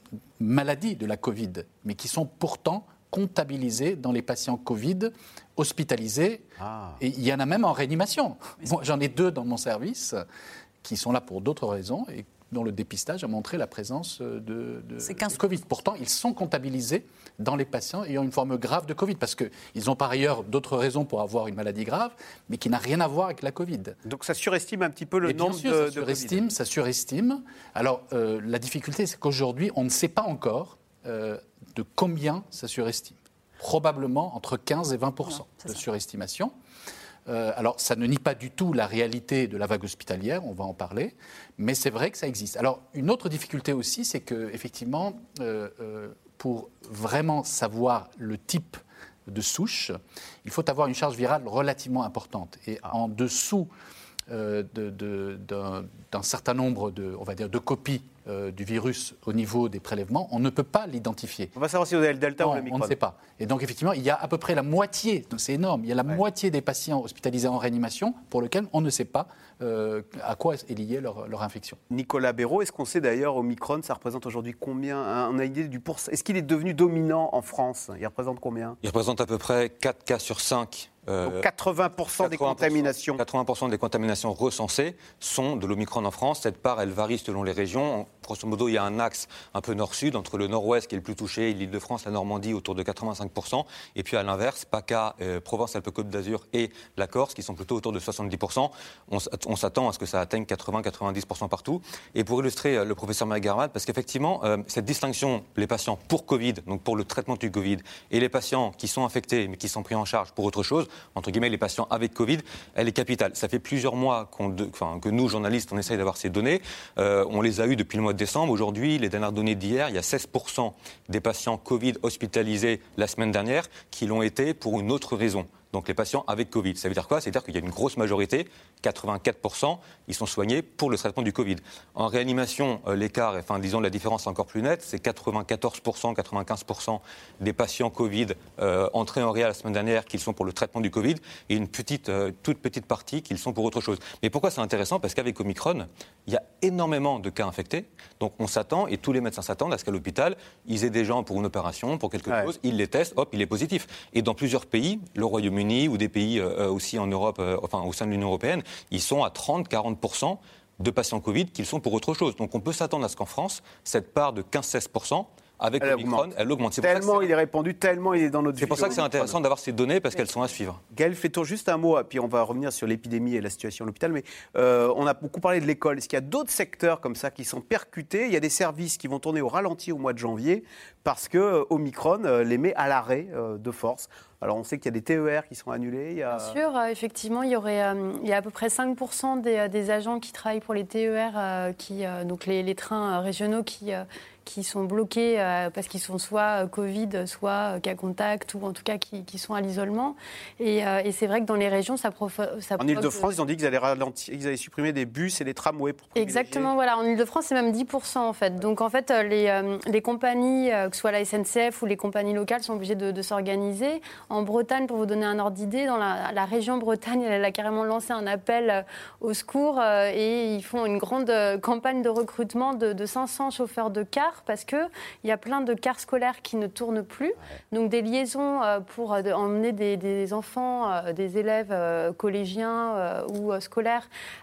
maladie de la Covid, mais qui sont pourtant comptabilisés dans les patients Covid hospitalisés. Ah. Et il y en a même en réanimation. Bon, j'en ai deux dans mon service qui sont là pour d'autres raisons et dont le dépistage a montré la présence de, de, de Covid. Pourtant, ils sont comptabilisés dans les patients ayant une forme grave de Covid, parce qu'ils ont par ailleurs d'autres raisons pour avoir une maladie grave, mais qui n'a rien à voir avec la Covid. Donc ça surestime un petit peu le et nombre bien sûr, de, ça de surestime, Covid. Ça surestime. Alors, euh, la difficulté, c'est qu'aujourd'hui, on ne sait pas encore euh, de combien ça surestime. Probablement entre quinze et vingt pour cent de surestimation. Euh, alors, ça ne nie pas du tout la réalité de la vague hospitalière, on va en parler, mais c'est vrai que ça existe. Alors, une autre difficulté aussi, c'est qu'effectivement, euh, euh, pour vraiment savoir le type de souche, il faut avoir une charge virale relativement importante. Et en dessous euh, de, de, d'un, d'un certain nombre de, on va dire, de copies euh, du virus au niveau des prélèvements, on ne peut pas l'identifier. On va savoir si vous avez le Delta non, ou le Micron. On ne sait pas. Et donc, effectivement, il y a à peu près la moitié, c'est énorme, il y a la ouais. moitié des patients hospitalisés en réanimation pour lesquels on ne sait pas euh, à quoi est liée leur, leur infection. Nicolas Béraud, est-ce qu'on sait d'ailleurs, Omicron, ça représente aujourd'hui combien ? On a une idée du pourcentage. Est-ce qu'il est devenu dominant en France ? Il représente combien ? Il représente à peu près quatre cas sur cinq. Euh, Donc quatre-vingts pour cent des contaminations. quatre-vingts pour cent des contaminations recensées sont de l'Omicron en France. Cette part, elle varie selon les régions. Grosso modo, il y a un axe un peu nord-sud, entre le nord-ouest qui est le plus touché, l'Île-de-France, la Normandie, autour de quatre-vingt-cinq pour cent. Et puis à l'inverse, PACA, euh, Provence-Alpes-Côte d'Azur et la Corse, qui sont plutôt autour de soixante-dix pour cent. On, on s'attend à ce que ça atteigne quatre-vingts à quatre-vingt-dix pour cent partout. Et pour illustrer euh, le professeur Magarmat, parce qu'effectivement, euh, cette distinction, les patients pour Covid, donc pour le traitement du Covid, et les patients qui sont infectés mais qui sont pris en charge pour autre chose, entre guillemets les patients avec Covid, elle est capitale. Ça fait plusieurs mois qu'on de, enfin, que nous, journalistes, on essaye d'avoir ces données. Euh, on les a eues depuis le mois de décembre. Aujourd'hui, les dernières données d'hier, il y a seize pour cent des patients Covid hospitalisés la semaine dernière qui l'ont été pour une autre raison. Donc les patients avec Covid. Ça veut dire quoi ? C'est-à-dire qu'il y a une grosse majorité, quatre-vingt-quatre pour cent, ils sont soignés pour le traitement du Covid. En réanimation, euh, l'écart, enfin disons la différence est encore plus nette, c'est quatre-vingt-quatorze pour cent, quatre-vingt-quinze pour cent des patients Covid euh, entrés en réa la semaine dernière qui sont pour le traitement du Covid et une petite, euh, toute petite partie qui sont pour autre chose. Mais pourquoi c'est intéressant ? Parce qu'avec Omicron, il y a énormément de cas infectés. Donc on s'attend, et tous les médecins s'attendent à ce qu'à l'hôpital, ils aient des gens pour une opération, pour quelque ouais. chose, ils les testent, hop, il est positif. Et dans plusieurs pays, le Royaume-Uni ou des pays euh, aussi en Europe, euh, enfin au sein de l'Union européenne, ils sont à trente à quarante pour cent de patients Covid qu'ils sont pour autre chose. Donc on peut s'attendre à ce qu'en France, cette part de quinze à seize pour cent, avec elle Omicron, augmente. elle augmente. C'est tellement il est répandu, tellement il est dans notre vie. C'est pour ça que c'est intéressant d'avoir ces données, parce qu'elles sont à suivre. Gaël Féton, juste un mot, puis on va revenir sur l'épidémie et la situation à l'hôpital, mais euh, on a beaucoup parlé de l'école. Est-ce qu'il y a d'autres secteurs comme ça qui sont percutés ? Il y a des services qui vont tourner au ralenti au mois de janvier, parce que euh, Omicron euh, les met à l'arrêt euh, de force. Alors, on sait qu'il y a des T E R qui sont annulés. Il y a... Bien sûr, euh, effectivement, il y, aurait, euh, il y a à peu près cinq pour cent des, des agents qui travaillent pour les T E R, euh, qui, euh, donc les, les trains régionaux qui, euh, qui sont bloqués euh, parce qu'ils sont soit Covid, soit cas contact, ou en tout cas qui, qui sont à l'isolement. Et, euh, et c'est vrai que dans les régions, ça provoque... En Ile-de-France, ils ont dit qu'ils allaient, ralentir, ils allaient supprimer des bus et des tramways pour privilégier... Exactement, voilà. En Ile-de-France, c'est même dix pour cent en fait. Donc en fait, les, euh, les compagnies, euh, que ce soit la S N C F ou les compagnies locales, sont obligées de, de s'organiser. En Bretagne, pour vous donner un ordre d'idée, dans la, la région Bretagne, elle a carrément lancé un appel euh, au secours euh, et ils font une grande euh, campagne de recrutement de, de cinq cents chauffeurs de cars parce qu'il y a plein de cars scolaires qui ne tournent plus. Donc des liaisons euh, pour euh, emmener des, des enfants, euh, des élèves euh, collégiens euh, ou euh, scolaires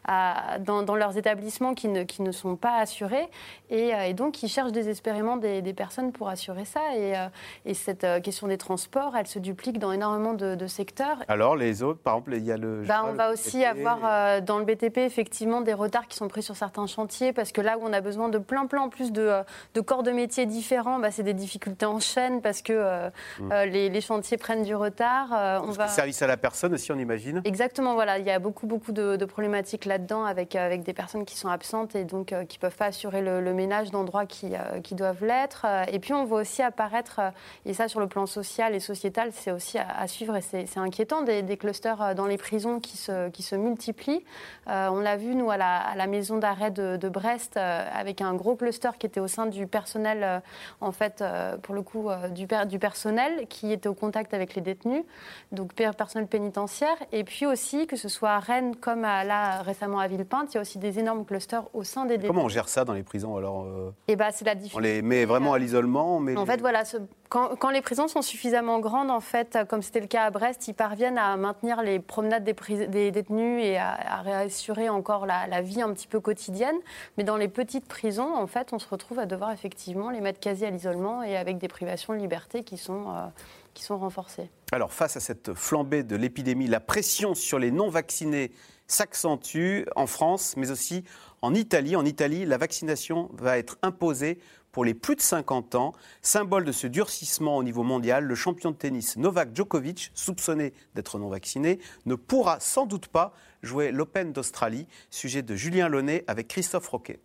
à, dans, dans leurs établissements qui ne, qui ne sont pas assurés. Et, euh, et donc ils cherchent désespérément des, des personnes pour assurer ça. Et, euh, et cette euh, question des transports, elle se duplique dans énormément de, de secteurs. Alors les autres, par exemple, il y a le... Bah, on va aussi B T P. avoir euh, dans le B T P effectivement des retards qui sont pris sur certains chantiers parce que là où on a besoin de plein plein plus de, de corps de métiers différents, bah, c'est des difficultés en chaîne parce que euh, mmh. euh, les, les chantiers prennent du retard. Euh, on va... Service à la personne aussi, on imagine. Exactement, voilà. Il y a beaucoup, beaucoup de, de problématiques là-dedans avec, avec des personnes qui sont absentes et donc euh, qui ne peuvent pas assurer le, le ménage d'endroits qui, euh, qui doivent l'être. Et puis, on voit aussi apparaître, et ça sur le plan social et sociétal, c'est aussi à, à suivre et c'est, c'est inquiétant, des, des clusters dans les prisons qui se, qui se multiplient. Euh, on l'a vu, nous, à la, à la maison d'arrêt de, de Brest, euh, avec un gros cluster qui était au sein du personnel, euh, en fait, euh, pour le coup, euh, du, per, du personnel qui était au contact avec les détenus, donc personnel pénitentiaire. Et puis aussi, que ce soit à Rennes comme à, là, récemment à Villepinte, il y a aussi des énormes clusters au sein des détenus. Comment on gère ça dans les prisons alors euh... Et bah, c'est la difficulté. On les met vraiment à l'isolement mais En les... fait, voilà, ce, quand, quand les prisons sont suffisamment grandes, en fait, comme c'était le cas à Brest, ils parviennent à maintenir les promenades des, pris, des détenus et à, à réassurer encore la, la vie un petit peu quotidienne. Mais dans les petites prisons, en fait, on se retrouve à devoir effectivement les mettre quasi à l'isolement et avec des privations de liberté qui sont, euh, qui sont renforcées. Alors, face à cette flambée de l'épidémie, la pression sur les non-vaccinés s'accentue en France, mais aussi en Italie. En Italie, la vaccination va être imposée pour les plus de cinquante ans. Symbole de ce durcissement au niveau mondial, le champion de tennis Novak Djokovic, soupçonné d'être non vacciné, ne pourra sans doute pas jouer l'Open d'Australie. Sujet de Julien Launay avec Christophe Roquet.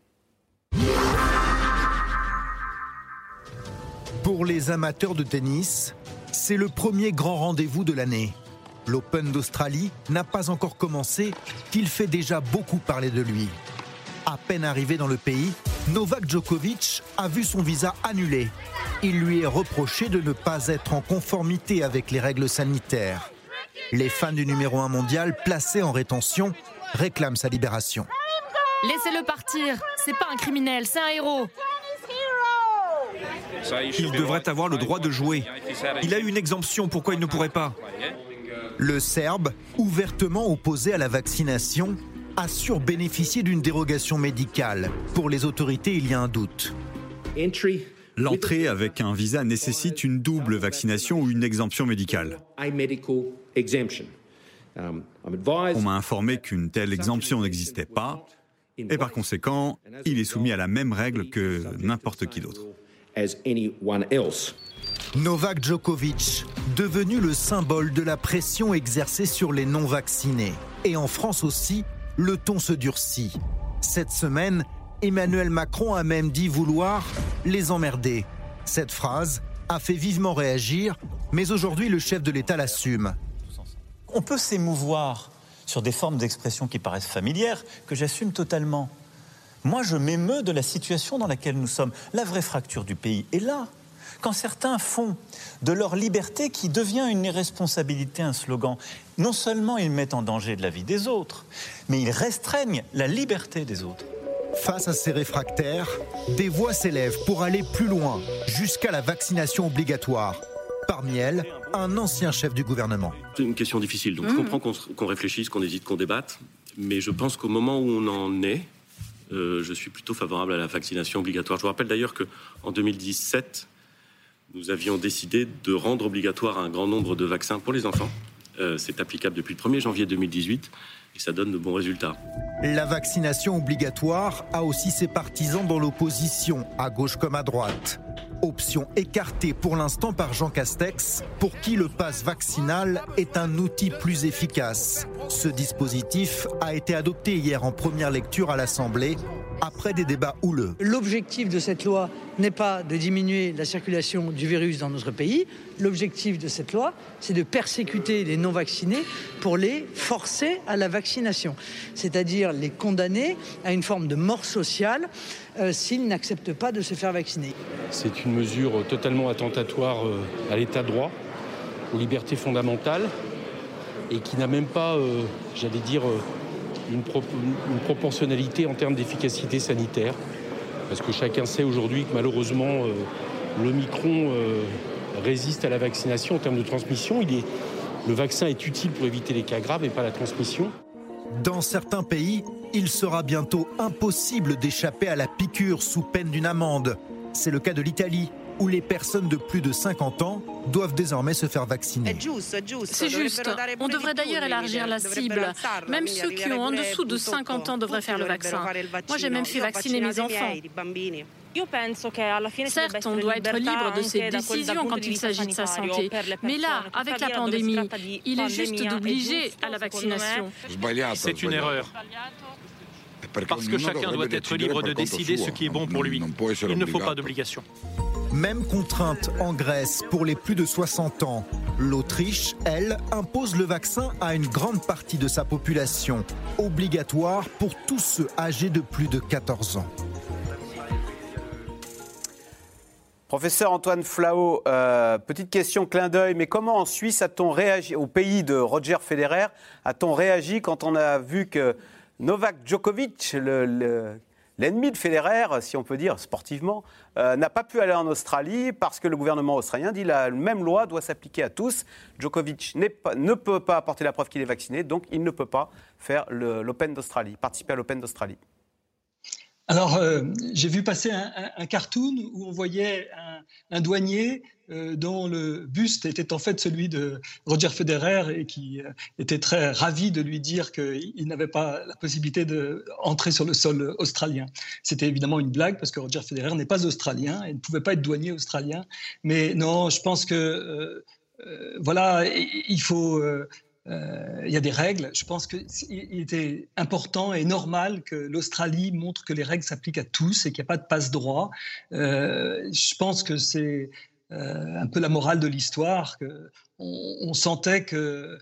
Pour les amateurs de tennis, c'est le premier grand rendez-vous de l'année. L'Open d'Australie n'a pas encore commencé, qu'il fait déjà beaucoup parler de lui. À peine arrivé dans le pays, Novak Djokovic a vu son visa annulé. Il lui est reproché de ne pas être en conformité avec les règles sanitaires. Les fans du numéro un mondial placé en rétention réclament sa libération. Laissez-le partir, c'est pas un criminel, c'est un héros. Il devrait avoir le droit de jouer. Il a eu une exemption, pourquoi il ne pourrait pas ? Le Serbe, ouvertement opposé à la vaccination, assure bénéficier d'une dérogation médicale. Pour les autorités, il y a un doute. L'entrée avec un visa nécessite une double vaccination ou une exemption médicale. On m'a informé qu'une telle exemption n'existait pas et par conséquent, il est soumis à la même règle que n'importe qui d'autre. Novak Djokovic, devenu le symbole de la pression exercée sur les non-vaccinés. Et en France aussi, le ton se durcit. Cette semaine, Emmanuel Macron a même dit vouloir les emmerder. Cette phrase a fait vivement réagir, mais aujourd'hui le chef de l'État l'assume. On peut s'émouvoir sur des formes d'expression qui paraissent familières, que j'assume totalement. Moi, je m'émeus de la situation dans laquelle nous sommes. La vraie fracture du pays est là. Quand certains font de leur liberté, qui devient une irresponsabilité, un slogan, non seulement ils mettent en danger de la vie des autres, mais ils restreignent la liberté des autres. Face à ces réfractaires, des voix s'élèvent pour aller plus loin, jusqu'à la vaccination obligatoire. Parmi elles, un ancien chef du gouvernement. C'est une question difficile, donc mmh. je comprends qu'on, qu'on réfléchisse, qu'on hésite, qu'on débatte, mais je pense qu'au moment où on en est, euh, je suis plutôt favorable à la vaccination obligatoire. Je vous rappelle d'ailleurs qu'en deux mille dix-sept, nous avions décidé de rendre obligatoire un grand nombre de vaccins pour les enfants. Euh, c'est applicable depuis le premier janvier deux mille dix-huit et ça donne de bons résultats. La vaccination obligatoire a aussi ses partisans dans l'opposition, à gauche comme à droite. Option écartée pour l'instant par Jean Castex, pour qui le pass vaccinal est un outil plus efficace. Ce dispositif a été adopté hier en première lecture à l'Assemblée, après des débats houleux. L'objectif de cette loi n'est pas de diminuer la circulation du virus dans notre pays. L'objectif de cette loi, c'est de persécuter les non-vaccinés pour les forcer à la vaccination, c'est-à-dire les condamner à une forme de mort sociale euh, s'ils n'acceptent pas de se faire vacciner. C'est une mesure totalement attentatoire euh, à l'état de droit, aux libertés fondamentales, et qui n'a même pas, euh, j'allais dire, euh, Une, pro- une proportionnalité en termes d'efficacité sanitaire. Parce que chacun sait aujourd'hui que malheureusement, euh, l'Omicron euh, résiste à la vaccination en termes de transmission. Il est, le vaccin est utile pour éviter les cas graves et pas la transmission. Dans certains pays, il sera bientôt impossible d'échapper à la piqûre sous peine d'une amende. C'est le cas de l'Italie, où les personnes de plus de cinquante ans doivent désormais se faire vacciner. C'est juste. On devrait d'ailleurs élargir la cible. Même ceux qui ont en dessous de cinquante ans devraient faire le vaccin. Moi, j'ai même fait vacciner mes enfants. Certes, on doit être libre de ses décisions quand il s'agit de sa santé. Mais là, avec la pandémie, il est juste d'obliger à la vaccination. C'est une erreur. Parce que chacun doit être libre de décider ce qui est bon pour lui. Il ne faut pas d'obligation. Même contrainte en Grèce pour les plus de soixante ans. L'Autriche, elle, impose le vaccin à une grande partie de sa population, obligatoire pour tous ceux âgés de plus de quatorze ans. Professeur Antoine Flahault, euh, petite question, clin d'œil, mais comment en Suisse a-t-on réagi, au pays de Roger Federer, a-t-on réagi quand on a vu que Novak Djokovic, le, le, l'ennemi de Federer, si on peut dire sportivement, euh, n'a pas pu aller en Australie parce que le gouvernement australien dit que la même loi doit s'appliquer à tous. Djokovic n'est pas, ne peut pas apporter la preuve qu'il est vacciné, donc il ne peut pas faire le, l'Open d'Australie, participer à l'Open d'Australie. Alors, euh, j'ai vu passer un, un, un cartoon où on voyait un, un douanier euh, dont le buste était en fait celui de Roger Federer et qui euh, était très ravi de lui dire qu'il n'avait pas la possibilité d'entrer sur le sol australien. C'était évidemment une blague parce que Roger Federer n'est pas australien et ne pouvait pas être douanier australien. Mais non, je pense que, euh, euh, voilà, il faut... Euh, Euh, il y a des règles. Je pense qu'il était important et normal que l'Australie montre que les règles s'appliquent à tous et qu'il n'y a pas de passe-droit. Euh, je pense que c'est euh, un peu la morale de l'histoire. Que on, on sentait que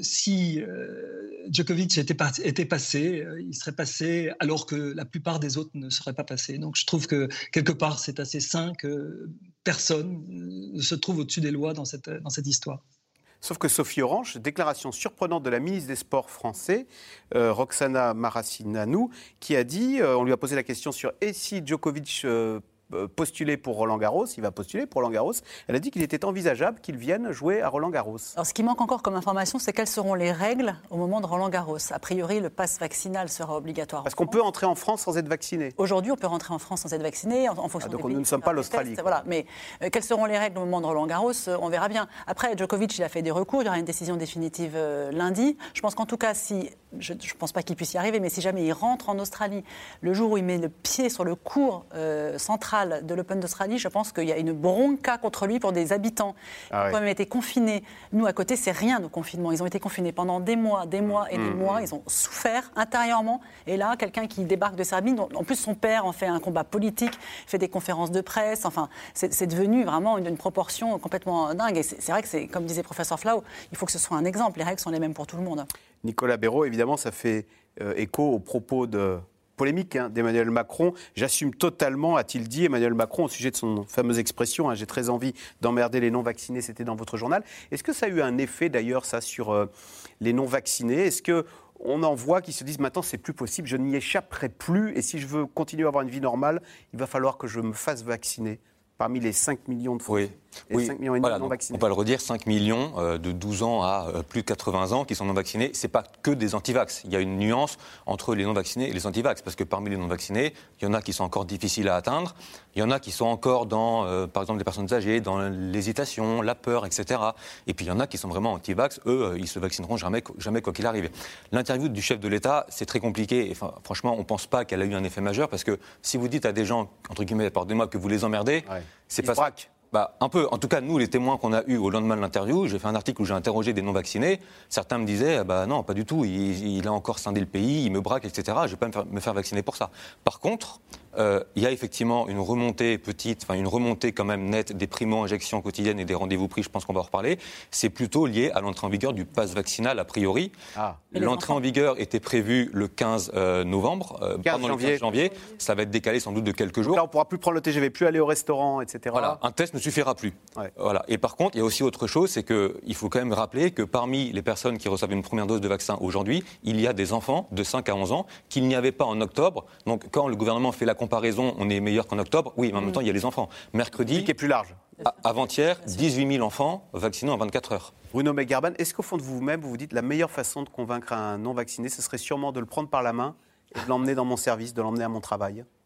si euh, Djokovic était, pas, était passé, euh, il serait passé alors que la plupart des autres ne seraient pas passés. Donc je trouve que quelque part c'est assez sain que personne ne se trouve au-dessus des lois dans cette, dans cette histoire. Sauf que Sophie Orange, déclaration surprenante de la ministre des Sports français, euh, Roxana Maracineanu, qui a dit, euh, on lui a posé la question sur « et si Djokovic euh, postulait pour Roland-Garros, il va postuler pour Roland-Garros », elle a dit qu'il était envisageable qu'il vienne jouer à Roland-Garros. Alors ce qui manque encore comme information, c'est quelles seront les règles au moment de Roland-Garros. A priori, le pass vaccinal sera obligatoire. Parce qu'on peut entrer en France sans être vacciné. Aujourd'hui, on peut rentrer en France sans être vacciné, en, en fonction ah, donc des pays. nous ne sommes pas l'Australie. Voilà. Mais euh, quelles seront les règles au moment de Roland-Garros, euh, on verra bien. Après, Djokovic, il a fait des recours, il y aura une décision définitive euh, lundi. Je pense qu'en tout cas, si, je ne pense pas qu'il puisse y arriver, mais si jamais il rentre en Australie, le jour où il met le pied sur le court euh, central de l'Open d'Australie, je pense qu'il y a une bronca contre lui pour des habitants ah qui ont même été confinés. Nous, à côté, c'est rien, nos confinements. Ils ont été confinés pendant des mois, des mois et des mmh. mois. Ils ont souffert intérieurement. Et là, quelqu'un qui débarque de Serbie, dont, en plus, son père en fait un combat politique, fait des conférences de presse. Enfin, c'est, c'est devenu vraiment une, une proportion complètement dingue. Et c'est, c'est vrai que, c'est, comme disait professeur Flahault, il faut que ce soit un exemple. Les règles sont les mêmes pour tout le monde. Nicolas Béraud, évidemment, ça fait euh, écho aux propos de... polémique hein, d'Emmanuel Macron. J'assume totalement, a-t-il dit Emmanuel Macron, au sujet de son fameuse expression, hein, j'ai très envie d'emmerder les non-vaccinés, c'était dans votre journal. Est-ce que ça a eu un effet d'ailleurs, ça, sur euh, les non-vaccinés ? Est-ce qu'on en voit qui se disent maintenant c'est plus possible, je n'y échapperai plus et si je veux continuer à avoir une vie normale, il va falloir que je me fasse vacciner parmi les cinq millions de Français. Oui. Oui, cinq millions et voilà, non vaccinés. On va le redire, cinq millions euh, de douze ans à euh, plus de quatre-vingts ans qui sont non vaccinés. Ce n'est pas que des antivax. Il y a une nuance entre les non vaccinés et les antivax. Parce que parmi les non vaccinés, il y en a qui sont encore difficiles à atteindre. Il y en a qui sont encore dans, euh, par exemple, les personnes âgées, dans l'hésitation, la peur, et cetera. Et puis il y en a qui sont vraiment antivax. Eux, euh, ils ne se vaccineront jamais, jamais quoi qu'il arrive. L'interview du chef de l'État, c'est très compliqué. Et, enfin, franchement, on ne pense pas qu'elle a eu un effet majeur. Parce que si vous dites à des gens, entre guillemets, pardonnez-moi, que vous les emmerdez, ouais. c'est ils pas ça. Bah, un peu. En tout cas, nous, les témoins qu'on a eus au lendemain de l'interview, j'ai fait un article où j'ai interrogé des non-vaccinés. Certains me disaient, bah non, pas du tout. Il, il a encore scindé le pays, il me braque, et cetera. Je ne vais pas me faire, me faire vacciner pour ça. Par contre, euh, il y a effectivement une remontée petite, enfin une remontée quand même nette des primo-injections quotidiennes et des rendez-vous pris. Je pense qu'on va en reparler. C'est plutôt lié à l'entrée en vigueur du pass vaccinal a priori. Ah. L'entrée en vigueur était prévue le quinze novembre, euh, pendant le quinze janvier. Ça va être décalé sans doute de quelques jours. Donc là, on ne pourra plus prendre le T G V, plus aller au restaurant, et cetera. Voilà, un test ne suffira plus. Ouais. Voilà. Et par contre, il y a aussi autre chose, c'est qu'il faut quand même rappeler que parmi les personnes qui reçoivent une première dose de vaccin aujourd'hui, il y a des enfants de cinq à onze ans qu'il n'y avait pas en octobre. Donc quand le gouvernement fait la comparaison, on est meilleur qu'en octobre. Oui, mais en mmh. même temps, il y a les enfants. Mercredi, qui est plus large. Avant-hier, dix-huit mille enfants vaccinés en vingt-quatre heures. Bruno Megherban, est-ce qu'au fond de vous-même, vous vous dites la meilleure façon de convaincre un non-vacciné, ce serait sûrement de le prendre par la main et de l'emmener dans mon service, de l'emmener à mon travail ?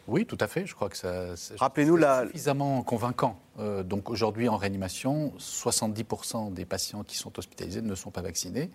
Oui, tout à fait. Je crois que ça, ça Rappelez-nous c'est la... suffisamment convaincant. Euh, donc aujourd'hui, en réanimation, soixante-dix pour cent des patients qui sont hospitalisés ne sont pas vaccinés.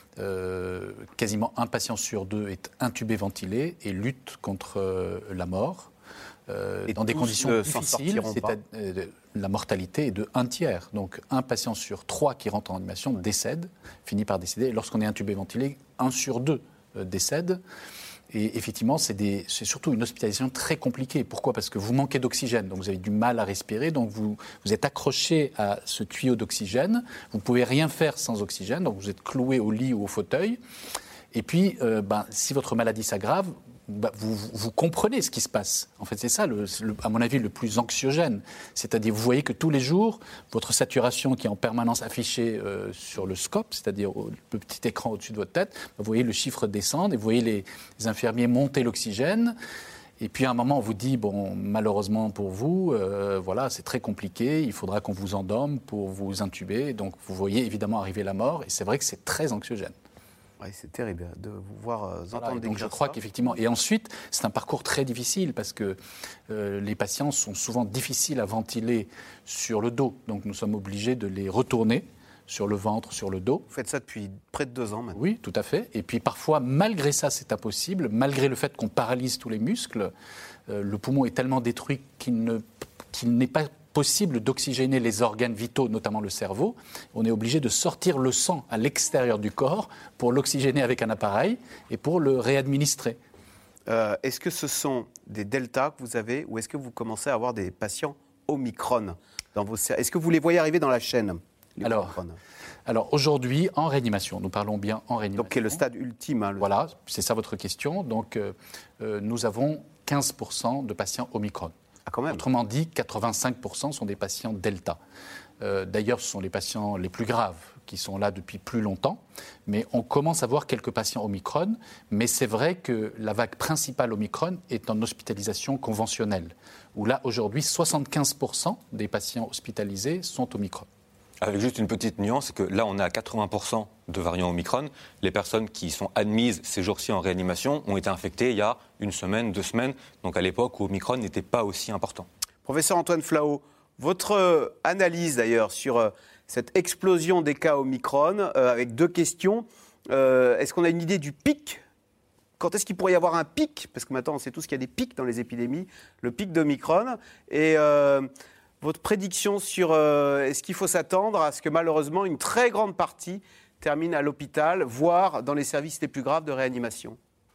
Euh, quasiment un patient sur deux est intubé, ventilé et lutte contre euh, la mort. Euh, dans des conditions difficiles, euh, la mortalité est de un tiers. Donc un patient sur trois qui rentre en réanimation décède, finit par décéder. Et lorsqu'on est intubé, ventilé, un sur deux euh, décède. Et effectivement, c'est, des, c'est surtout une hospitalisation très compliquée. Pourquoi ? Parce que vous manquez d'oxygène, donc vous avez du mal à respirer, donc vous, vous êtes accroché à ce tuyau d'oxygène. Vous ne pouvez rien faire sans oxygène, donc vous êtes cloué au lit ou au fauteuil. Et puis, euh, ben, si votre maladie s'aggrave, bah, vous, vous comprenez ce qui se passe. En fait, c'est ça, le, le, à mon avis, le plus anxiogène. C'est-à-dire, vous voyez que tous les jours, votre saturation qui est en permanence affichée euh, sur le scope, c'est-à-dire au, le petit écran au-dessus de votre tête, vous voyez le chiffre descendre et vous voyez les, les infirmiers monter l'oxygène. Et puis, à un moment, on vous dit, bon, malheureusement pour vous, euh, voilà, c'est très compliqué, il faudra qu'on vous endorme pour vous intuber. Donc, vous voyez évidemment arriver la mort et c'est vrai que c'est très anxiogène. Oui, c'est terrible de vous voir euh, voilà, entendre donc je ça. crois qu'effectivement, et ensuite, c'est un parcours très difficile parce que euh, les patients sont souvent difficiles à ventiler sur le dos. Donc nous sommes obligés de les retourner sur le ventre, sur le dos. Vous faites ça depuis près de deux ans maintenant. Oui, tout à fait. Et puis parfois, malgré ça, c'est impossible. Malgré le fait qu'on paralyse tous les muscles, euh, le poumon est tellement détruit qu'il, ne, qu'il n'est pas possible d'oxygéner les organes vitaux, notamment le cerveau. On est obligé de sortir le sang à l'extérieur du corps pour l'oxygéner avec un appareil et pour le réadministrer. Euh, est-ce que ce sont des deltas que vous avez ou est-ce que vous commencez à avoir des patients Omicron dans vos... Est-ce que vous les voyez arriver dans la chaîne alors, alors aujourd'hui, en réanimation, nous parlons bien en réanimation. Donc, qui est le stade ultime. Hein, le... Voilà, c'est ça votre question. Donc, euh, euh, nous avons quinze pour cent de patients Omicron. Ah, quand même. Autrement dit, quatre-vingt-cinq pour cent sont des patients Delta. Euh, d'ailleurs, ce sont les patients les plus graves qui sont là depuis plus longtemps. Mais on commence à voir quelques patients Omicron. Mais c'est vrai que la vague principale Omicron est en hospitalisation conventionnelle, où là, aujourd'hui, soixante-quinze pour cent des patients hospitalisés sont Omicron. Avec juste une petite nuance, c'est que là, on est à quatre-vingts pour cent de variants Omicron. Les personnes qui sont admises ces jours-ci en réanimation ont été infectées il y a une semaine, deux semaines, donc à l'époque où Omicron n'était pas aussi important. Professeur Antoine Flahault, votre analyse d'ailleurs sur cette explosion des cas Omicron, euh, avec deux questions. Euh, est-ce qu'on a une idée du pic ? Quand est-ce qu'il pourrait y avoir un pic ? Parce que maintenant, on sait tous qu'il y a des pics dans les épidémies, le pic d'Omicron. Et... Euh, votre prédiction sur euh, est-ce qu'il faut s'attendre à ce que malheureusement une très grande partie termine à l'hôpital, voire dans les services les plus graves de réanimation ?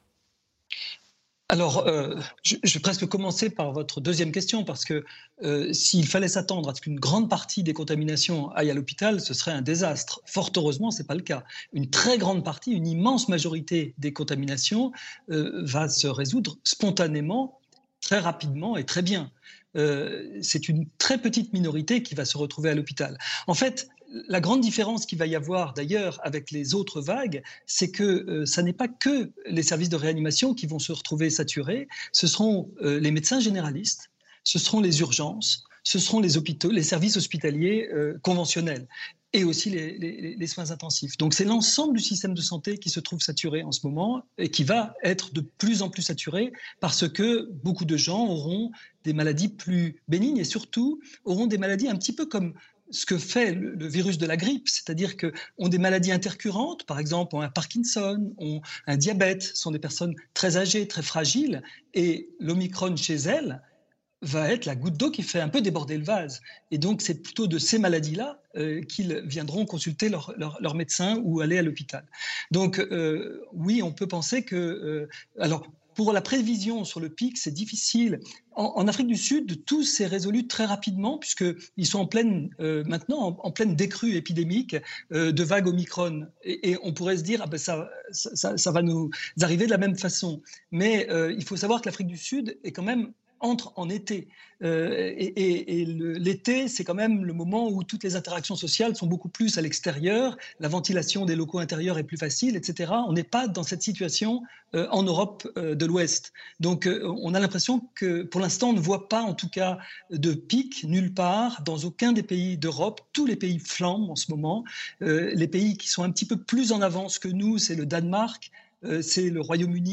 Alors, euh, je, je vais presque commencer par votre deuxième question, parce que euh, s'il fallait s'attendre à ce qu'une grande partie des contaminations aille à l'hôpital, ce serait un désastre. Fort heureusement, ce n'est pas le cas. Une très grande partie, une immense majorité des contaminations euh, va se résoudre spontanément, très rapidement et très bien. Euh, c'est une très petite minorité qui va se retrouver à l'hôpital. En fait, la grande différence qu'il va y avoir d'ailleurs avec les autres vagues, c'est que euh, ça n'est pas que les services de réanimation qui vont se retrouver saturés, ce seront euh, les médecins généralistes, ce seront les urgences, ce seront les hôpitaux, les services hospitaliers euh, conventionnels et aussi les, les, les soins intensifs. Donc c'est l'ensemble du système de santé qui se trouve saturé en ce moment et qui va être de plus en plus saturé parce que beaucoup de gens auront des maladies plus bénignes et surtout auront des maladies un petit peu comme ce que fait le, le virus de la grippe, c'est-à-dire qu'ont des maladies intercurrentes, par exemple ont un Parkinson, ont un diabète, sont des personnes très âgées, très fragiles, et l'Omicron chez elles va être la goutte d'eau qui fait un peu déborder le vase. Et donc, c'est plutôt de ces maladies-là euh, qu'ils viendront consulter leur, leur, leur médecin ou aller à l'hôpital. Donc, euh, oui, on peut penser que... Euh, alors, pour la prévision sur le pic, c'est difficile. En, en Afrique du Sud, tout s'est résolu très rapidement puisqu'ils sont en pleine, euh, maintenant en, en pleine décrue épidémique euh, de vagues Omicron. Et, et on pourrait se dire, ah ben ça, ça, ça va nous arriver de la même façon. Mais euh, il faut savoir que l'Afrique du Sud est quand même entre en été. Euh, et et, et le, l'été, c'est quand même le moment où toutes les interactions sociales sont beaucoup plus à l'extérieur, la ventilation des locaux intérieurs est plus facile, et cetera. On n'est pas dans cette situation euh, en Europe euh, de l'Ouest. Donc euh, on a l'impression que pour l'instant, on ne voit pas en tout cas de pic nulle part, dans aucun des pays d'Europe. Tous les pays flambent en ce moment. Euh, les pays qui sont un petit peu plus en avance que nous, c'est le Danemark, euh, c'est le Royaume-Uni,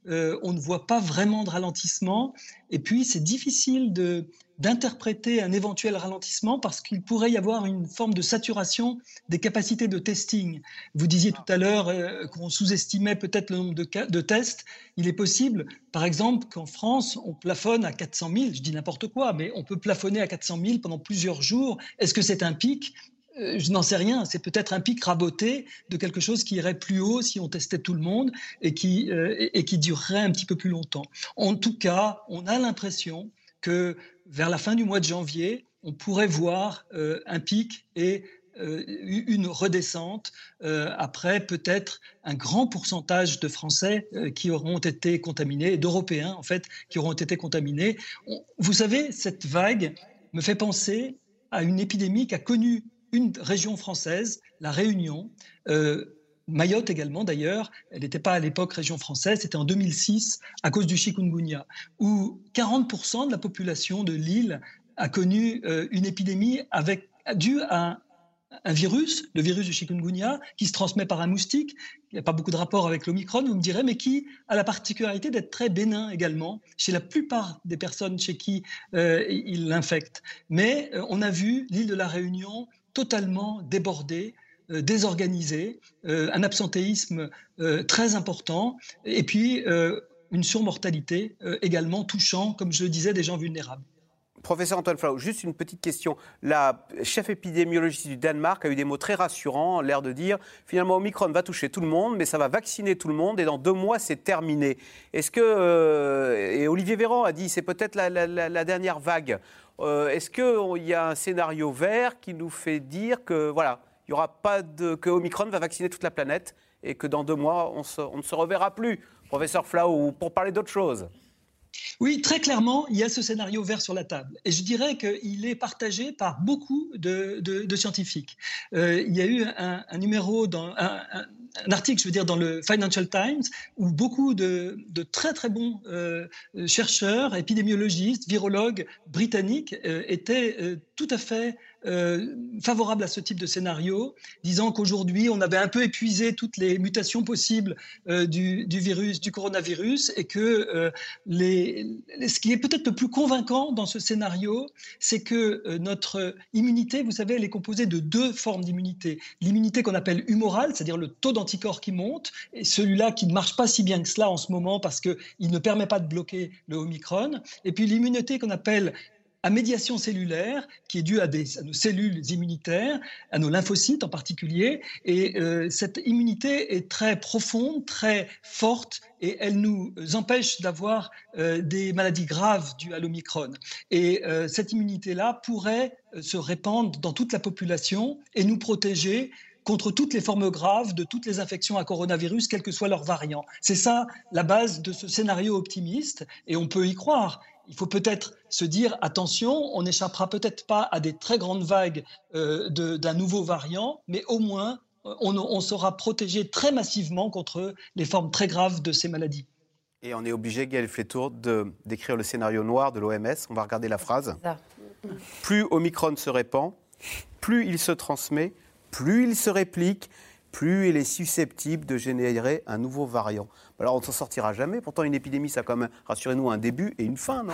euh, on ne voit pas vraiment de ralentissement. Et puis, c'est difficile de, d'interpréter un éventuel ralentissement parce qu'il pourrait y avoir une forme de saturation des capacités de testing. Vous disiez tout à l'heure euh, qu'on sous-estimait peut-être le nombre de, cas, de tests. Il est possible, par exemple, qu'en France, on plafonne à quatre cent mille. Je dis n'importe quoi, mais on peut plafonner à quatre cent mille pendant plusieurs jours. Est-ce que c'est un pic ? Euh, je n'en sais rien, c'est peut-être un pic raboté de quelque chose qui irait plus haut si on testait tout le monde et qui, euh, et, et qui durerait un petit peu plus longtemps. En tout cas, on a l'impression que vers la fin du mois de janvier, on pourrait voir euh, un pic et euh, une redescente euh, après peut-être un grand pourcentage de Français euh, qui auront été contaminés, d'Européens en fait, qui auront été contaminés. On, vous savez, cette vague me fait penser à une épidémie qu'a connue une région française, la Réunion, euh, Mayotte également d'ailleurs, elle n'était pas à l'époque région française, c'était en deux mille six à cause du chikungunya, où quarante pour cent de la population de l'île a connu euh, une épidémie avec, due à un, un virus, le virus du chikungunya, qui se transmet par un moustique. Il n'y a pas beaucoup de rapport avec l'Omicron, vous me direz, mais qui a la particularité d'être très bénin également, chez la plupart des personnes chez qui euh, il l'infecte. Mais euh, on a vu l'île de la Réunion totalement débordée, euh, désorganisée, euh, un absentéisme euh, très important, et puis euh, une surmortalité euh, également touchant, comme je le disais, des gens vulnérables. Professeur Antoine Flau, juste une petite question. La chef épidémiologiste du Danemark a eu des mots très rassurants, l'air de dire finalement Omicron va toucher tout le monde, mais ça va vacciner tout le monde et dans deux mois c'est terminé. Est-ce que, euh, et Olivier Véran a dit c'est peut-être la, la, la, la dernière vague. Euh, est-ce qu'il y a un scénario vert qui nous fait dire que voilà, il y aura pas de, que Omicron va vacciner toute la planète et que dans deux mois on, se, on ne se reverra plus, professeur Flau, pour parler d'autre chose? Oui, très clairement, il y a ce scénario vert sur la table. Et je dirais qu'il est partagé par beaucoup de, de, de scientifiques. Euh, il y a eu un, un numéro, dans, un, un, un article, je veux dire, dans le Financial Times, où beaucoup de, de très très bons euh, chercheurs, épidémiologistes, virologues britanniques euh, étaient euh, tout à fait Euh, favorable à ce type de scénario, disant qu'aujourd'hui on avait un peu épuisé toutes les mutations possibles euh, du, du virus, du coronavirus, et que euh, les, les, ce qui est peut-être le plus convaincant dans ce scénario, c'est que euh, notre immunité, vous savez, elle est composée de deux formes d'immunité. L'immunité qu'on appelle humorale, c'est-à-dire le taux d'anticorps qui monte, et celui-là qui ne marche pas si bien que cela en ce moment parce qu'il ne permet pas de bloquer le Omicron, et puis l'immunité qu'on appelle à médiation cellulaire, qui est due à, des, à nos cellules immunitaires, à nos lymphocytes en particulier. Et euh, cette immunité est très profonde, très forte, et elle nous empêche d'avoir euh, des maladies graves dues à l'Omicron. Et euh, cette immunité-là pourrait euh, se répandre dans toute la population et nous protéger contre toutes les formes graves de toutes les infections à coronavirus, quel que soit leur variant. C'est ça la base de ce scénario optimiste, et on peut y croire. Il faut peut-être se dire, attention, on n'échappera peut-être pas à des très grandes vagues euh, de, d'un nouveau variant, mais au moins, on, on sera protégé très massivement contre les formes très graves de ces maladies. Et on est obligé, Gaël Flétour, de, d'écrire le scénario noir de l'O M S. On va regarder la phrase. Plus Omicron se répand, plus il se transmet, plus il se réplique, plus il est susceptible de générer un nouveau variant. Alors on ne s'en sortira jamais. Pourtant, une épidémie, ça a quand même, rassurez-nous, un début et une fin, non ?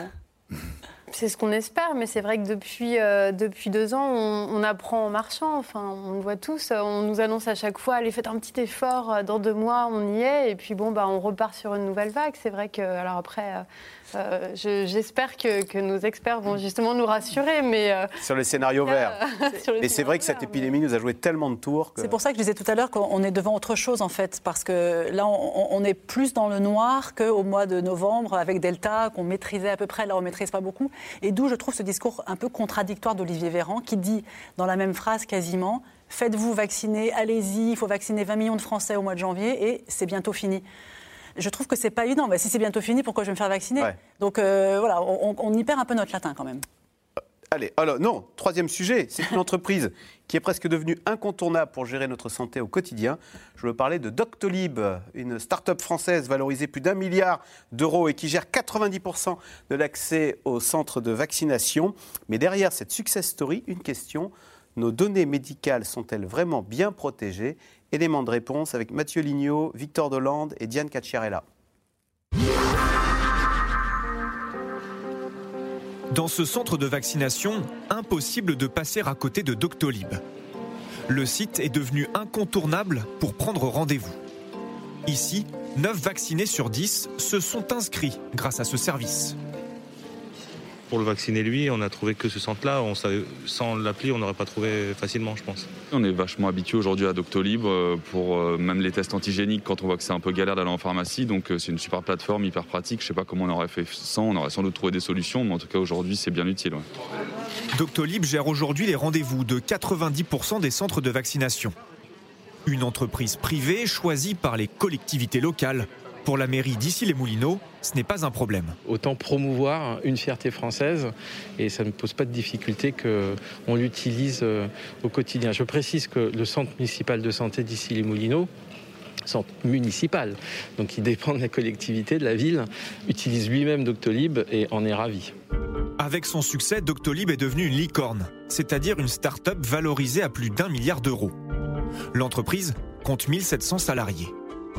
C'est ce qu'on espère, mais c'est vrai que depuis, euh, depuis deux ans, on, on apprend en marchant. Enfin, on le voit tous. On nous annonce à chaque fois, allez, faites un petit effort, dans deux mois, on y est. Et puis, bon, bah, on repart sur une nouvelle vague. C'est vrai que, alors après, euh, je, j'espère que, que nos experts vont justement nous rassurer. Mais, euh, sur les scénarios verts. Euh, et c'est vrai que cette épidémie nous a joué tellement de tours. Que... C'est pour ça que je disais tout à l'heure qu'on est devant autre chose, en fait. Parce que là, on, on est plus dans le noir qu'au mois de novembre avec Delta, qu'on maîtrisait à peu près. Là, on ne maîtrise pas beaucoup. Et d'où je trouve ce discours un peu contradictoire d'Olivier Véran qui dit dans la même phrase quasiment « Faites-vous vacciner, allez-y, il faut vacciner vingt millions de Français au mois de janvier et c'est bientôt fini ». Je trouve que c'est pas évident. Bah, si c'est bientôt fini, pourquoi je vais me faire vacciner ? Ouais. Donc euh, voilà, on, on y perd un peu notre latin quand même. Allez, alors non, troisième sujet, c'est une entreprise qui est presque devenue incontournable pour gérer notre santé au quotidien. Je veux parler de Doctolib, une start-up française valorisée plus d'un milliard d'euros et qui gère quatre-vingt-dix pour cent de l'accès aux centres de vaccination. Mais derrière cette success story, une question, nos données médicales sont-elles vraiment bien protégées ? Élément de réponse avec Mathieu Lignot, Victor Dolande et Diane Cacciarella. Dans ce centre de vaccination, impossible de passer à côté de Doctolib. Le site est devenu incontournable pour prendre rendez-vous. Ici, neuf vaccinés sur dix se sont inscrits grâce à ce service. Pour le vacciner, lui, on a trouvé que ce centre-là. On savait, sans l'appli, on n'aurait pas trouvé facilement, je pense. On est vachement habitué aujourd'hui à Doctolib pour même les tests antigéniques quand on voit que c'est un peu galère d'aller en pharmacie. Donc c'est une super plateforme, hyper pratique. Je ne sais pas comment on aurait fait sans. On aurait sans doute trouvé des solutions, mais en tout cas aujourd'hui, c'est bien utile. Ouais. Doctolib gère aujourd'hui les rendez-vous de quatre-vingt-dix pour cent des centres de vaccination. Une entreprise privée choisie par les collectivités locales. Pour la mairie d'Issy-les-Moulineaux, ce n'est pas un problème. Autant promouvoir une fierté française et ça ne pose pas de difficulté qu'on l'utilise au quotidien. Je précise que le centre municipal de santé d'Issy-les-Moulineaux, centre municipal, donc il dépend de la collectivité, de la ville, utilise lui-même Doctolib et en est ravi. Avec son succès, Doctolib est devenu une licorne, c'est-à-dire une start-up valorisée à plus d'un milliard d'euros. L'entreprise compte mille sept cents salariés.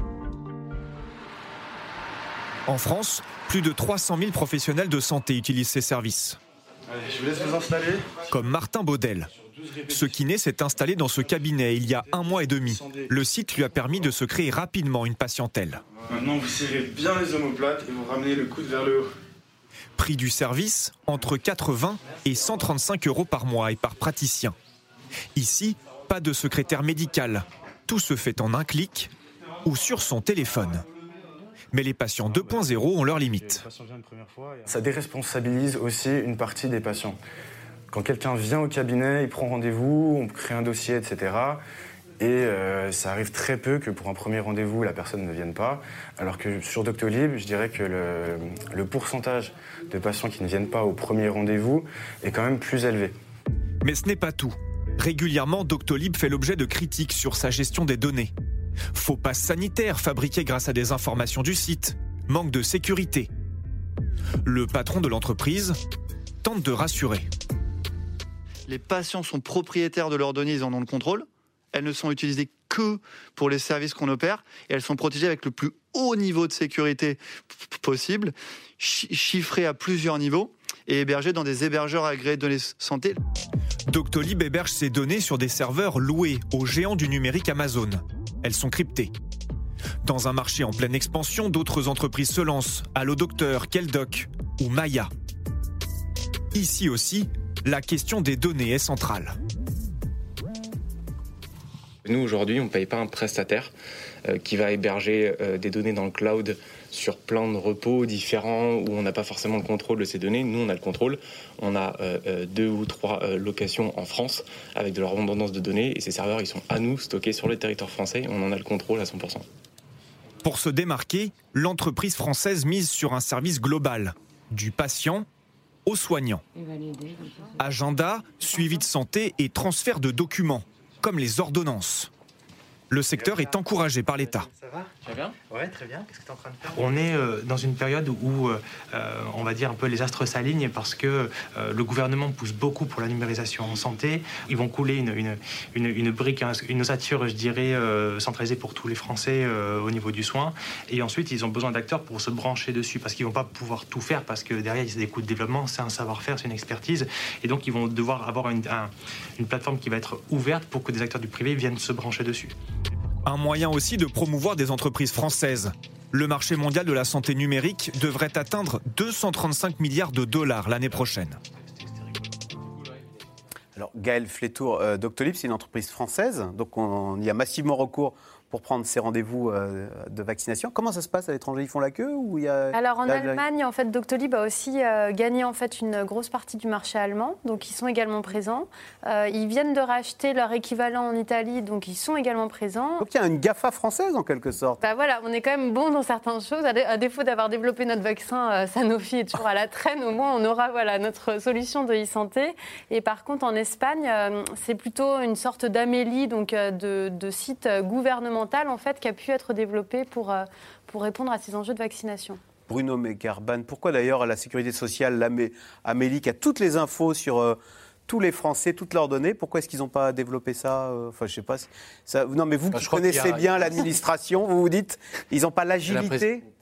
En France, plus de trois cent mille professionnels de santé utilisent ces services. Allez, je vous laisse vous installer. Comme Martin Baudel. Ce kiné s'est installé dans ce cabinet il y a un mois et demi. Le site lui a permis de se créer rapidement une patientèle. Maintenant, vous serrez bien les omoplates et vous ramenez le coude vers le haut. Prix du service, entre quatre-vingts et cent trente-cinq euros par mois et par praticien. Ici, pas de secrétaire médical. Tout se fait en un clic ou sur son téléphone. Mais les patients deux point zéro ont leurs limites. Ça déresponsabilise aussi une partie des patients. Quand quelqu'un vient au cabinet, il prend rendez-vous, on crée un dossier, et cetera. Et euh, ça arrive très peu que pour un premier rendez-vous, la personne ne vienne pas. Alors que sur Doctolib, je dirais que le, le pourcentage de patients qui ne viennent pas au premier rendez-vous est quand même plus élevé. Mais ce n'est pas tout. Régulièrement, Doctolib fait l'objet de critiques sur sa gestion des données. Faux passes sanitaires fabriqués grâce à des informations du site, manque de sécurité. Le patron de l'entreprise tente de rassurer. Les patients sont propriétaires de leurs données, ils en ont le contrôle. Elles ne sont utilisées que pour les services qu'on opère et elles sont protégées avec le plus haut niveau de sécurité possible, chi- chiffrées à plusieurs niveaux et hébergées dans des hébergeurs agréés de données santé. Doctolib héberge ses données sur des serveurs loués aux géants du numérique Amazon. Elles sont cryptées. Dans un marché en pleine expansion, d'autres entreprises se lancent. Allodocteur, Keldoc ou Maya. Ici aussi, la question des données est centrale. Nous, aujourd'hui, on ne paye pas un prestataire euh, qui va héberger euh, des données dans le cloud sur plein de repos différents où on n'a pas forcément le contrôle de ces données. Nous, on a le contrôle. On a euh, deux ou trois euh, locations en France avec de la redondance de données et ces serveurs, ils sont à nous, stockés sur le territoire français. On en a le contrôle à cent pour cent. Pour se démarquer, l'entreprise française mise sur un service global, du patient au soignant. Agenda, suivi de santé et transfert de documents, comme les ordonnances. Le secteur est encouragé par l'État. Ça va ? Tu vas bien ? Ouais, très bien. Qu'est-ce que tu es en train de faire ? On est euh, dans une période où, euh, on va dire, un peu les astres s'alignent parce que euh, le gouvernement pousse beaucoup pour la numérisation en santé. Ils vont couler une, une, une, une brique, une ossature, je dirais, euh, centralisée pour tous les Français euh, au niveau du soin. Et ensuite, ils ont besoin d'acteurs pour se brancher dessus parce qu'ils ne vont pas pouvoir tout faire parce que derrière, il y a des coûts de développement, c'est un savoir-faire, c'est une expertise. Et donc, ils vont devoir avoir une, un, une plateforme qui va être ouverte pour que des acteurs du privé viennent se brancher dessus. Un moyen aussi de promouvoir des entreprises françaises. Le marché mondial de la santé numérique devrait atteindre deux cent trente-cinq milliards de dollars l'année prochaine. Alors Gaël Flétour, euh, Doctolib, c'est une entreprise française, donc on, on y a massivement recours pour prendre ces rendez-vous euh, de vaccination. Comment ça se passe à l'étranger ? Ils font la queue ou il y a... Alors en la... Allemagne, en fait, Doctolib a aussi euh, gagné en fait une grosse partie du marché allemand, donc ils sont également présents. Euh, ils viennent de racheter leur équivalent en Italie, donc ils sont également présents. Donc il y a une GAFA française en quelque sorte. Bah voilà, on est quand même bon dans certaines choses. À, dé- à défaut d'avoir développé notre vaccin, euh, Sanofi est toujours à la traîne. Au moins, on aura voilà notre solution de e-santé. Et par contre, en Espagne, euh, c'est plutôt une sorte d'amélie, donc euh, de, de site gouvernemental en fait qui a pu être développé pour euh, pour répondre à ces enjeux de vaccination. Bruno Megarban, pourquoi d'ailleurs la Sécurité sociale, l'Amé- Amélie, qui a toutes les infos sur euh, tous les Français, toutes leurs données, pourquoi est-ce qu'ils n'ont pas développé ça ? Enfin, je sais pas. Ça, non, mais vous bah, qui connaissez a... bien l'administration, vous vous dites, ils n'ont pas l'agilité ? Le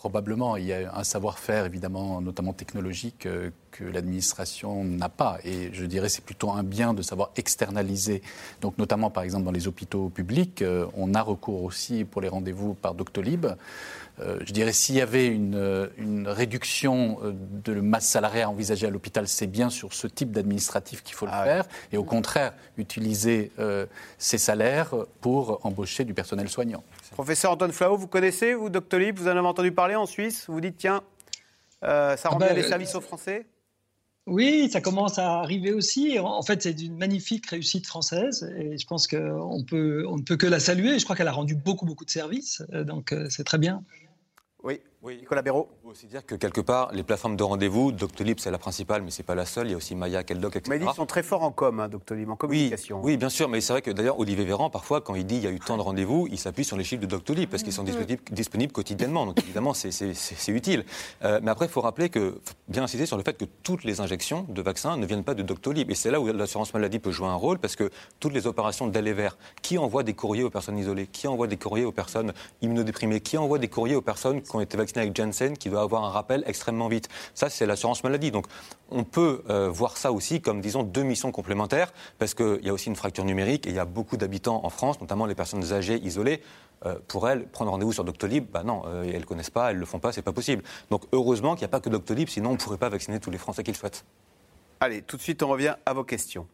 probablement. Il y a un savoir-faire, évidemment, notamment technologique, euh, que l'administration n'a pas. Et je dirais c'est plutôt un bien de savoir externaliser. Donc, notamment, par exemple, dans les hôpitaux publics, euh, on a recours aussi pour les rendez-vous par Doctolib. Euh, je dirais s'il y avait une, une réduction de masse salariale envisagée à l'hôpital, c'est bien sur ce type d'administratif qu'il faut le ah, faire. Ouais. Et au contraire, utiliser euh, ces salaires pour embaucher du personnel soignant. Professeur Antoine Flahault, vous connaissez, vous, Doctolib, vous en avez entendu parler en Suisse? Vous vous dites, tiens, euh, ça rend ah ben, bien les services aux Français? Oui, ça commence à arriver aussi. En fait, c'est une magnifique réussite française et je pense qu'on peut, on ne peut que la saluer. Je crois qu'elle a rendu beaucoup, beaucoup de services, donc c'est très bien. Oui, oui, Nicolas Béraud. Il faut aussi dire que quelque part, les plateformes de rendez-vous, Doctolib c'est la principale, mais c'est pas la seule. Il y a aussi Maya, Keldoc, et cetera. Mais ils sont très forts en com, hein, Doctolib, en communication. Oui, oui, bien sûr, mais c'est vrai que d'ailleurs Olivier Véran, parfois, quand il dit il y a eu tant de rendez-vous, il s'appuie sur les chiffres de Doctolib parce qu'ils sont disponibles, disponibles quotidiennement. Donc évidemment, c'est, c'est, c'est, c'est utile. Euh, mais après, il faut rappeler que, faut bien insister sur le fait que toutes les injections de vaccins ne viennent pas de Doctolib. Et c'est là où l'assurance maladie peut jouer un rôle parce que toutes les opérations d'aller vers, qui envoie des courriers aux personnes isolées, qui envoie des courriers aux personnes immunodéprimées, qui envoie des courriers aux personnes qui ont été vaccinées avec Janssen, qui doit avoir un rappel extrêmement vite. Ça, c'est l'assurance maladie. Donc, on peut euh, voir ça aussi comme, disons, deux missions complémentaires, parce qu'il y a aussi une fracture numérique et il y a beaucoup d'habitants en France, notamment les personnes âgées, isolées. Euh, pour elles, prendre rendez-vous sur Doctolib, bah non, euh, elles ne connaissent pas, elles ne le font pas, c'est pas possible. Donc, heureusement qu'il n'y a pas que Doctolib, sinon on ne pourrait pas vacciner tous les Français qu'ils souhaitent. Allez, tout de suite, on revient à vos questions.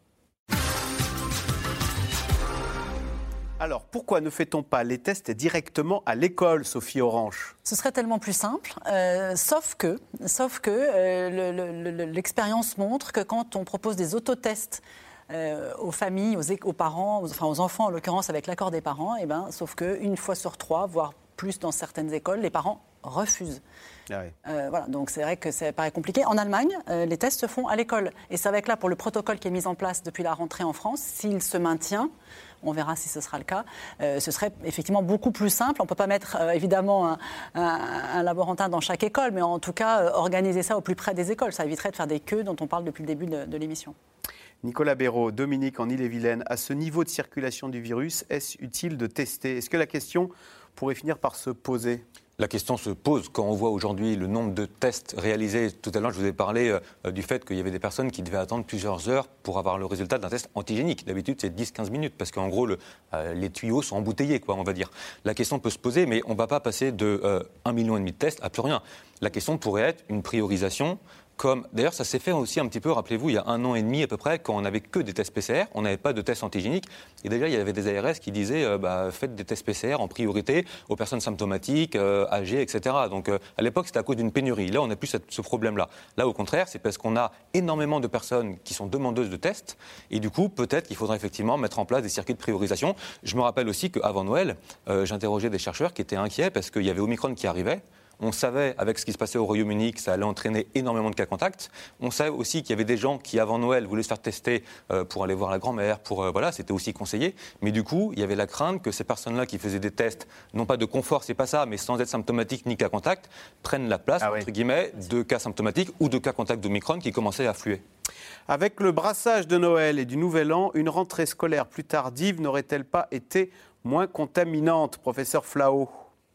Alors, pourquoi ne fait-on pas les tests directement à l'école, Sophie Orange? Ce serait tellement plus simple, euh, sauf que, sauf que euh, le, le, l'expérience montre que quand on propose des autotests euh, aux familles, aux, aux parents, aux, enfin aux enfants en l'occurrence avec l'accord des parents, eh ben, sauf qu'une fois sur trois, voire plus dans certaines écoles, les parents refusent. Ah oui. euh, voilà, donc c'est vrai que ça paraît compliqué. En Allemagne, euh, les tests se font à l'école. Et ça va être là pour le protocole qui est mis en place depuis la rentrée en France. S'il se maintient, on verra si ce sera le cas, euh, ce serait effectivement beaucoup plus simple. On ne peut pas mettre euh, évidemment un, un, un laborantin dans chaque école, mais en tout cas, euh, organiser ça au plus près des écoles. Ça éviterait de faire des queues dont on parle depuis le début de, de l'émission. Nicolas Béraud, Dominique en Ille-et-Vilaine, à ce niveau de circulation du virus, est-ce utile de tester? Est-ce que la question pourrait finir par se poser? La question se pose quand on voit aujourd'hui le nombre de tests réalisés. Tout à l'heure, je vous ai parlé euh, du fait qu'il y avait des personnes qui devaient attendre plusieurs heures pour avoir le résultat d'un test antigénique. D'habitude, c'est dix à quinze minutes parce qu'en gros, le, euh, les tuyaux sont embouteillés, quoi, on va dire. La question peut se poser, mais on ne va pas passer de euh, un million et demi de tests à plus rien. La question pourrait être une priorisation. Comme, d'ailleurs, ça s'est fait aussi un petit peu, rappelez-vous, il y a un an et demi à peu près, quand on n'avait que des tests P C R, on n'avait pas de tests antigéniques. Et déjà, il y avait des A R S qui disaient euh, bah, faites des tests P C R en priorité aux personnes symptomatiques, euh, âgées, et cetera. Donc, euh, à l'époque, c'était à cause d'une pénurie. Là, on n'a plus cette, ce problème-là. Là, au contraire, c'est parce qu'on a énormément de personnes qui sont demandeuses de tests. Et du coup, peut-être qu'il faudrait effectivement mettre en place des circuits de priorisation. Je me rappelle aussi qu'avant Noël, euh, j'interrogeais des chercheurs qui étaient inquiets parce qu'il y avait Omicron qui arrivait. On savait, avec ce qui se passait au Royaume-Uni, que ça allait entraîner énormément de cas contacts. On savait aussi qu'il y avait des gens qui, avant Noël, voulaient se faire tester euh, pour aller voir la grand-mère. Pour, euh, voilà, c'était aussi conseillé. Mais du coup, il y avait la crainte que ces personnes-là qui faisaient des tests, non pas de confort, c'est pas ça, mais sans être symptomatiques ni cas contacts, prennent la place, ah oui. entre guillemets, de cas symptomatiques ou de cas contacts d'Omicron qui commençaient à affluer. Avec le brassage de Noël et du Nouvel An, une rentrée scolaire plus tardive n'aurait-elle pas été moins contaminante, professeur Flahault?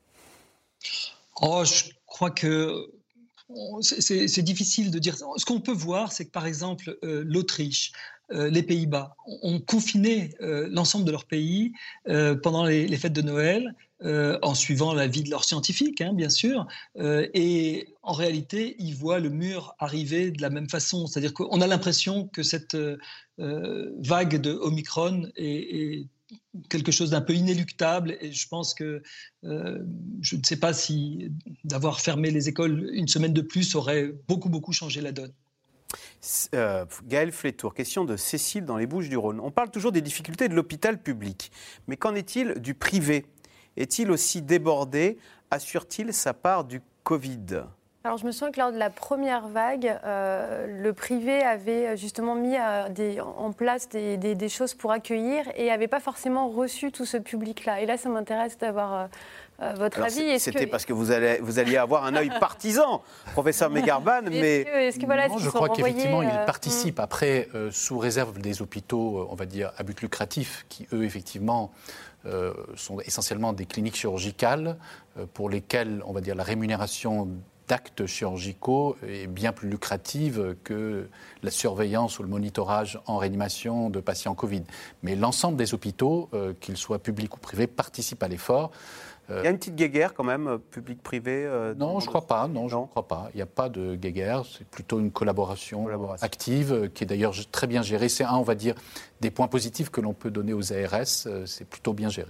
Oh, je crois que c'est, c'est, c'est difficile de dire. Ce qu'on peut voir, c'est que par exemple, euh, l'Autriche, euh, les Pays-Bas ont confiné euh, l'ensemble de leur pays euh, pendant les, les fêtes de Noël, euh, en suivant l'avis de leurs scientifiques, hein, bien sûr. Euh, et en réalité, ils voient le mur arriver de la même façon. C'est-à-dire qu'on a l'impression que cette euh, vague de Omicron est, est quelque chose d'un peu inéluctable et je pense que euh, je ne sais pas si d'avoir fermé les écoles une semaine de plus aurait beaucoup beaucoup changé la donne. Euh, Gaël Flétour, question de Cécile dans les Bouches-du-Rhône. On parle toujours des difficultés de l'hôpital public, mais qu'en est-il du privé? Est-il aussi débordé? Assure-t-il sa part du Covid? Alors, je me souviens que lors de la première vague, euh, le privé avait justement mis euh, des, en place des, des, des choses pour accueillir et n'avait pas forcément reçu tout ce public-là. Et là, ça m'intéresse d'avoir euh, euh, votre Alors, avis. C'est, est-ce c'était que... parce que vous, allez, vous alliez avoir un œil partisan, professeur Megarban, mais... Est-ce que, est-ce que, voilà, non, est-ce je crois renvoyés, qu'effectivement, euh... il participe. Après, euh, sous réserve des hôpitaux, on va dire, à but lucratif, qui, eux, effectivement... euh, sont essentiellement des cliniques chirurgicales euh, pour lesquelles, on va dire, la rémunération d'actes chirurgicaux est bien plus lucrative que la surveillance ou le monitorage en réanimation de patients Covid. Mais l'ensemble des hôpitaux, euh, qu'ils soient publics ou privés, participent à l'effort. Il y a une petite guéguerre quand même, public-privé euh, Non, je ne crois pas. Non, je ne crois pas. Il n'y a pas de guéguerre. C'est plutôt une collaboration, collaboration. active, euh, qui est d'ailleurs très bien gérée. C'est un, on va dire, des points positifs que l'on peut donner aux A R S. Euh, c'est plutôt bien géré.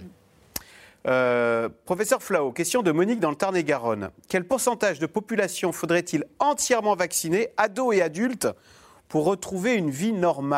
Euh, professeur Flao, question de Monique dans le Tarn-et-Garonne. Quel pourcentage de population faudrait-il entièrement vacciner, ados et adultes, pour retrouver une vie normale ?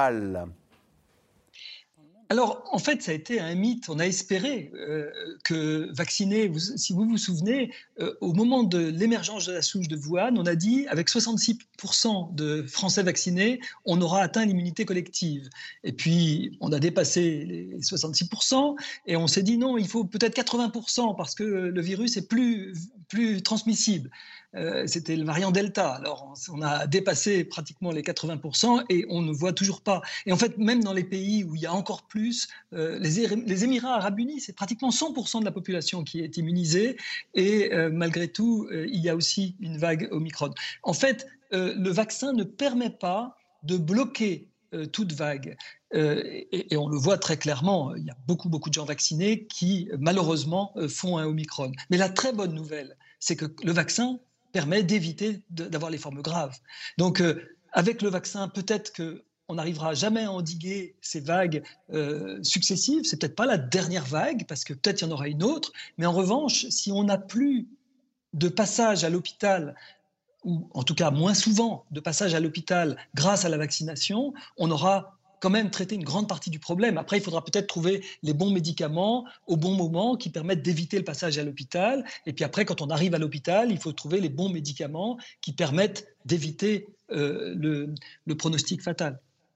Alors, en fait, ça a été un mythe. On a espéré euh, que vacciner, vous, si vous vous souvenez, euh, au moment de l'émergence de la souche de Wuhan, on a dit, avec soixante-six pour cent de Français vaccinés, on aura atteint l'immunité collective. Et puis, on a dépassé les soixante-six pour cent et on s'est dit, non, il faut peut-être quatre-vingts pour cent parce que le virus est plus, plus transmissible. Euh, c'était le variant Delta. Alors, on, on a dépassé pratiquement les quatre-vingts pour cent et on ne voit toujours pas. Et en fait, même dans les pays où il y a encore plus, euh, les, les Émirats arabes unis, c'est pratiquement cent pour cent de la population qui est immunisée. Et euh, malgré tout, euh, il y a aussi une vague Omicron. En fait, euh, le vaccin ne permet pas de bloquer euh, toute vague. Euh, et, et on le voit très clairement, il y a beaucoup, beaucoup de gens vaccinés qui, malheureusement, euh, font un Omicron. Mais la très bonne nouvelle, c'est que le vaccin permet d'éviter de, d'avoir les formes graves. Donc, euh, avec le vaccin, peut-être qu'on n'arrivera jamais à endiguer ces vagues euh, successives. C'est peut-être pas la dernière vague, parce que peut-être il y en aura une autre. Mais en revanche, si on n'a plus de passage à l'hôpital, ou en tout cas moins souvent de passage à l'hôpital grâce à la vaccination, on aura quand même traiter une grande partie du problème. Après, il faudra peut-être trouver les bons médicaments au bon moment qui permettent d'éviter le passage à l'hôpital. Et puis après, quand on arrive à l'hôpital, il faut trouver les bons médicaments qui permettent d'éviter euh, le, le pronostic fatal.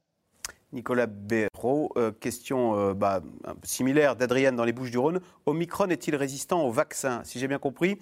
Nicolas Béraud, euh, question euh, bah, similaire d'Adrienne dans les Bouches-du-Rhône. Omicron est-il résistant au vaccin ? Si j'ai bien compris,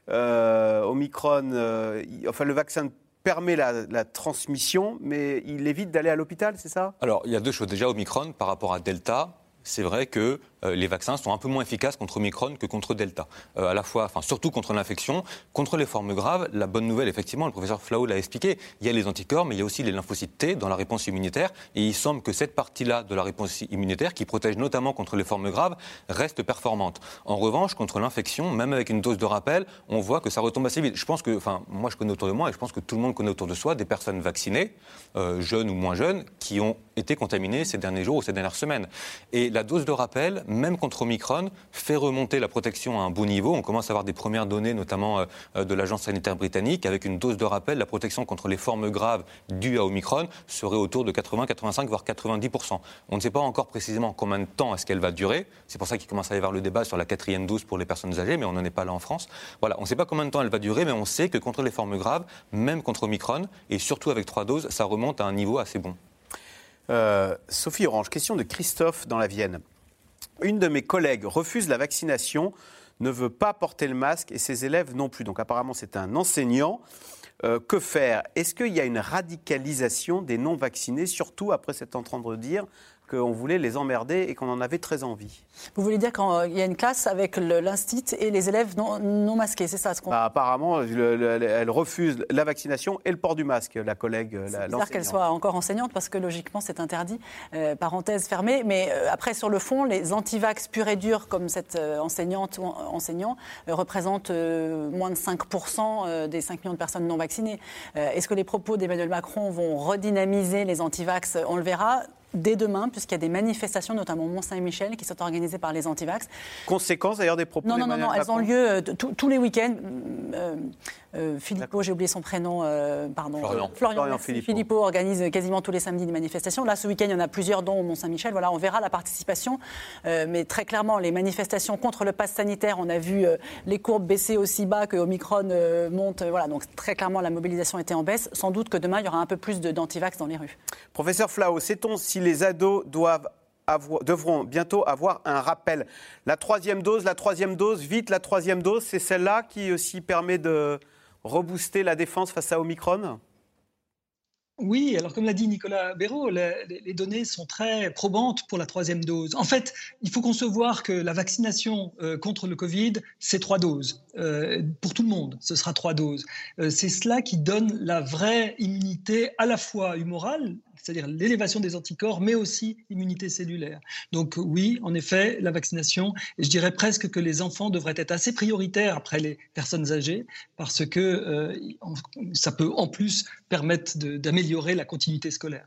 euh, Omicron, euh, enfin le vaccin permet la, la transmission, mais il évite d'aller à l'hôpital, c'est ça ? Alors, il y a deux choses. Déjà, Omicron, par rapport à Delta, c'est vrai que euh, les vaccins sont un peu moins efficaces contre Omicron que contre Delta. Euh, à la fois, enfin, surtout contre l'infection. Contre les formes graves, la bonne nouvelle, effectivement, le professeur Flao l'a expliqué, il y a les anticorps, mais il y a aussi les lymphocytes T dans la réponse immunitaire. Et il semble que cette partie-là de la réponse immunitaire, qui protège notamment contre les formes graves, reste performante. En revanche, contre l'infection, même avec une dose de rappel, on voit que ça retombe assez vite. Je pense que, enfin, moi je connais autour de moi, et je pense que tout le monde connaît autour de soi, des personnes vaccinées, euh, jeunes ou moins jeunes, qui ont été contaminées ces derniers jours ou ces dernières semaines. Et la dose de rappel, même contre Omicron, fait remonter la protection à un bon niveau. On commence à avoir des premières données, notamment euh, de l'Agence sanitaire britannique. Avec une dose de rappel, la protection contre les formes graves dues à Omicron serait autour de quatre-vingts, quatre-vingt-cinq, voire quatre-vingt-dix pour cent. On ne sait pas encore précisément combien de temps est-ce qu'elle va durer. C'est pour ça qu'il commence à y avoir le débat sur la quatrième dose pour les personnes âgées, mais on n'en est pas là en France. Voilà, on ne sait pas combien de temps elle va durer, mais on sait que contre les formes graves, même contre Omicron, et surtout avec trois doses, ça remonte à un niveau assez bon. Euh, Sophie Orange, question de Christophe dans la Vienne. Une de mes collègues refuse la vaccination, ne veut pas porter le masque et ses élèves non plus. Donc apparemment c'est un enseignant. Euh, que faire ? Est-ce qu'il y a une radicalisation des non-vaccinés, surtout après s'être en train de dire qu'on voulait les emmerder et qu'on en avait très envie ? Vous voulez dire qu'il y a une classe avec l'instit et les élèves non, non masqués, c'est ça ce qu'on... Bah, apparemment, le, le, elle refuse la vaccination et le port du masque, la collègue, la, l'enseignante. C'est bizarre qu'elle soit encore enseignante parce que logiquement c'est interdit, euh, parenthèse fermée. Mais euh, après sur le fond, les antivax purs et durs comme cette euh, enseignante ou enseignant euh, représentent euh, moins de cinq pour cent euh, des cinq millions de personnes non vaccinées. Euh, est-ce que les propos d'Emmanuel Macron vont redynamiser les antivax ? On le verra dès demain, puisqu'il y a des manifestations, notamment au Mont-Saint-Michel, qui sont organisées par les antivax. Conséquence d'ailleurs des propos Non, non, non, non, elles ont lieu euh, tous les week-ends. Euh, euh, Philippot, j'ai oublié son prénom, euh, pardon. Florian. Euh, Florian, Florian Philippot. Philippot organise quasiment tous les samedis des manifestations. Là, ce week-end, il y en a plusieurs, dont au Mont-Saint-Michel. Voilà, on verra la participation. Euh, mais très clairement, les manifestations contre le pass sanitaire, on a vu euh, les courbes baisser aussi bas que Omicron euh, monte. Voilà, donc très clairement, la mobilisation était en baisse. Sans doute que demain, il y aura un peu plus de, d'antivax dans les rues. Professeur Flao, sait-on si les ados doivent avoir, devront bientôt avoir un rappel ? La troisième dose, la troisième dose, vite la troisième dose, c'est celle-là qui aussi permet de rebooster la défense face à Omicron ? Oui, alors comme l'a dit Nicolas Béraud, les, les données sont très probantes pour la troisième dose. En fait, il faut concevoir que la vaccination euh, contre le Covid, c'est trois doses. Euh, pour tout le monde, ce sera trois doses. Euh, c'est cela qui donne la vraie immunité à la fois humorale, c'est-à-dire l'élévation des anticorps, mais aussi l'immunité cellulaire. Donc oui, en effet, la vaccination, et je dirais presque que les enfants devraient être assez prioritaires après les personnes âgées, parce que euh, ça peut en plus permettre de, d'améliorer la continuité scolaire.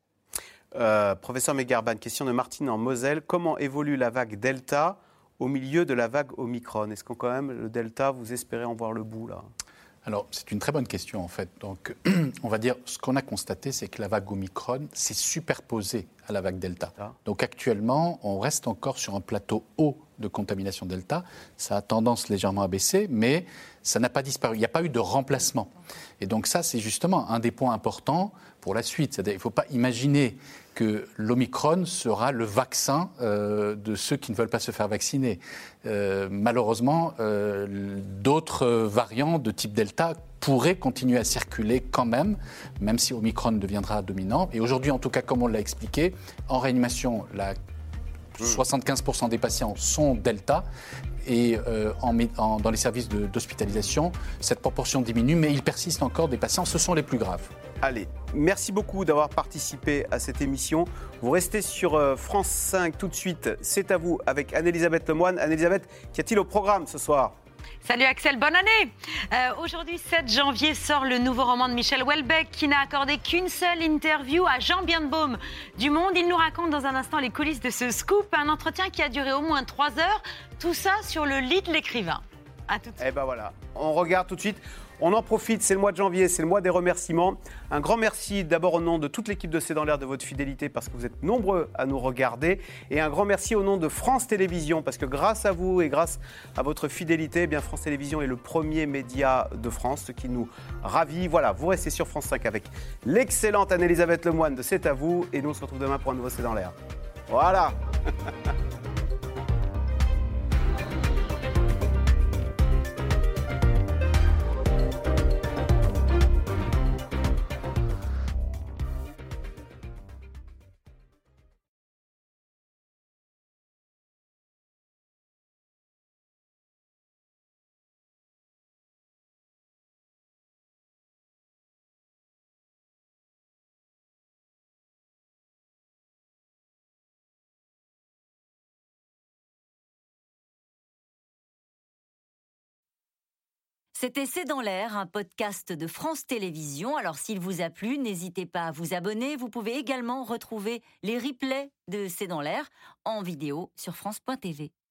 Euh, professeur Megarban, question de Martine en Moselle. Comment évolue la vague Delta au milieu de la vague Omicron? Est-ce que quand même le Delta, vous espérez en voir le bout là? Alors, c'est une très bonne question, en fait. Donc, on va dire, ce qu'on a constaté, c'est que la vague Omicron s'est superposée à la vague Delta. Ah. Donc, actuellement, on reste encore sur un plateau haut de contamination Delta. Ça a tendance légèrement à baisser, mais ça n'a pas disparu. Il n'y a pas eu de remplacement. Et donc, ça, c'est justement un des points importants pour la suite. C'est-à-dire, il ne faut pas imaginer que l'Omicron sera le vaccin euh, de ceux qui ne veulent pas se faire vacciner. Euh, malheureusement, euh, d'autres variants de type Delta pourraient continuer à circuler quand même, même si Omicron deviendra dominant. Et aujourd'hui, en tout cas, comme on l'a expliqué, en réanimation, la soixante-quinze pour cent des patients sont Delta. Et euh, en, en, dans les services de, d'hospitalisation, cette proportion diminue, mais il persiste encore des patients, ce sont les plus graves. Allez, merci beaucoup d'avoir participé à cette émission. Vous restez sur euh, France cinq tout de suite. C'est à vous avec Anne-Elisabeth Lemoine. Anne-Elisabeth, qu'y a-t-il au programme ce soir ? Salut Axel, bonne année. euh, Aujourd'hui, sept janvier, sort le nouveau roman de Michel Houellebecq qui n'a accordé qu'une seule interview à Jean Birnbaum du Monde. Il nous raconte dans un instant les coulisses de ce scoop, un entretien qui a duré au moins trois heures. Tout ça sur le lit de l'écrivain. À tout de suite. Eh ben voilà, on regarde tout de suite. On en profite, c'est le mois de janvier, c'est le mois des remerciements. Un grand merci d'abord au nom de toute l'équipe de C'est dans l'air de votre fidélité parce que vous êtes nombreux à nous regarder. Et un grand merci au nom de France Télévisions parce que grâce à vous et grâce à votre fidélité, eh bien France Télévisions est le premier média de France, ce qui nous ravit. Voilà, vous restez sur France cinq avec l'excellente Anne-Elisabeth Lemoine de C'est à vous. Et nous on se retrouve demain pour un nouveau C'est dans l'air. Voilà. C'était C'est dans l'air, un podcast de France Télévisions. Alors s'il vous a plu, n'hésitez pas à vous abonner. Vous pouvez également retrouver les replays de C'est dans l'air en vidéo sur France point T V.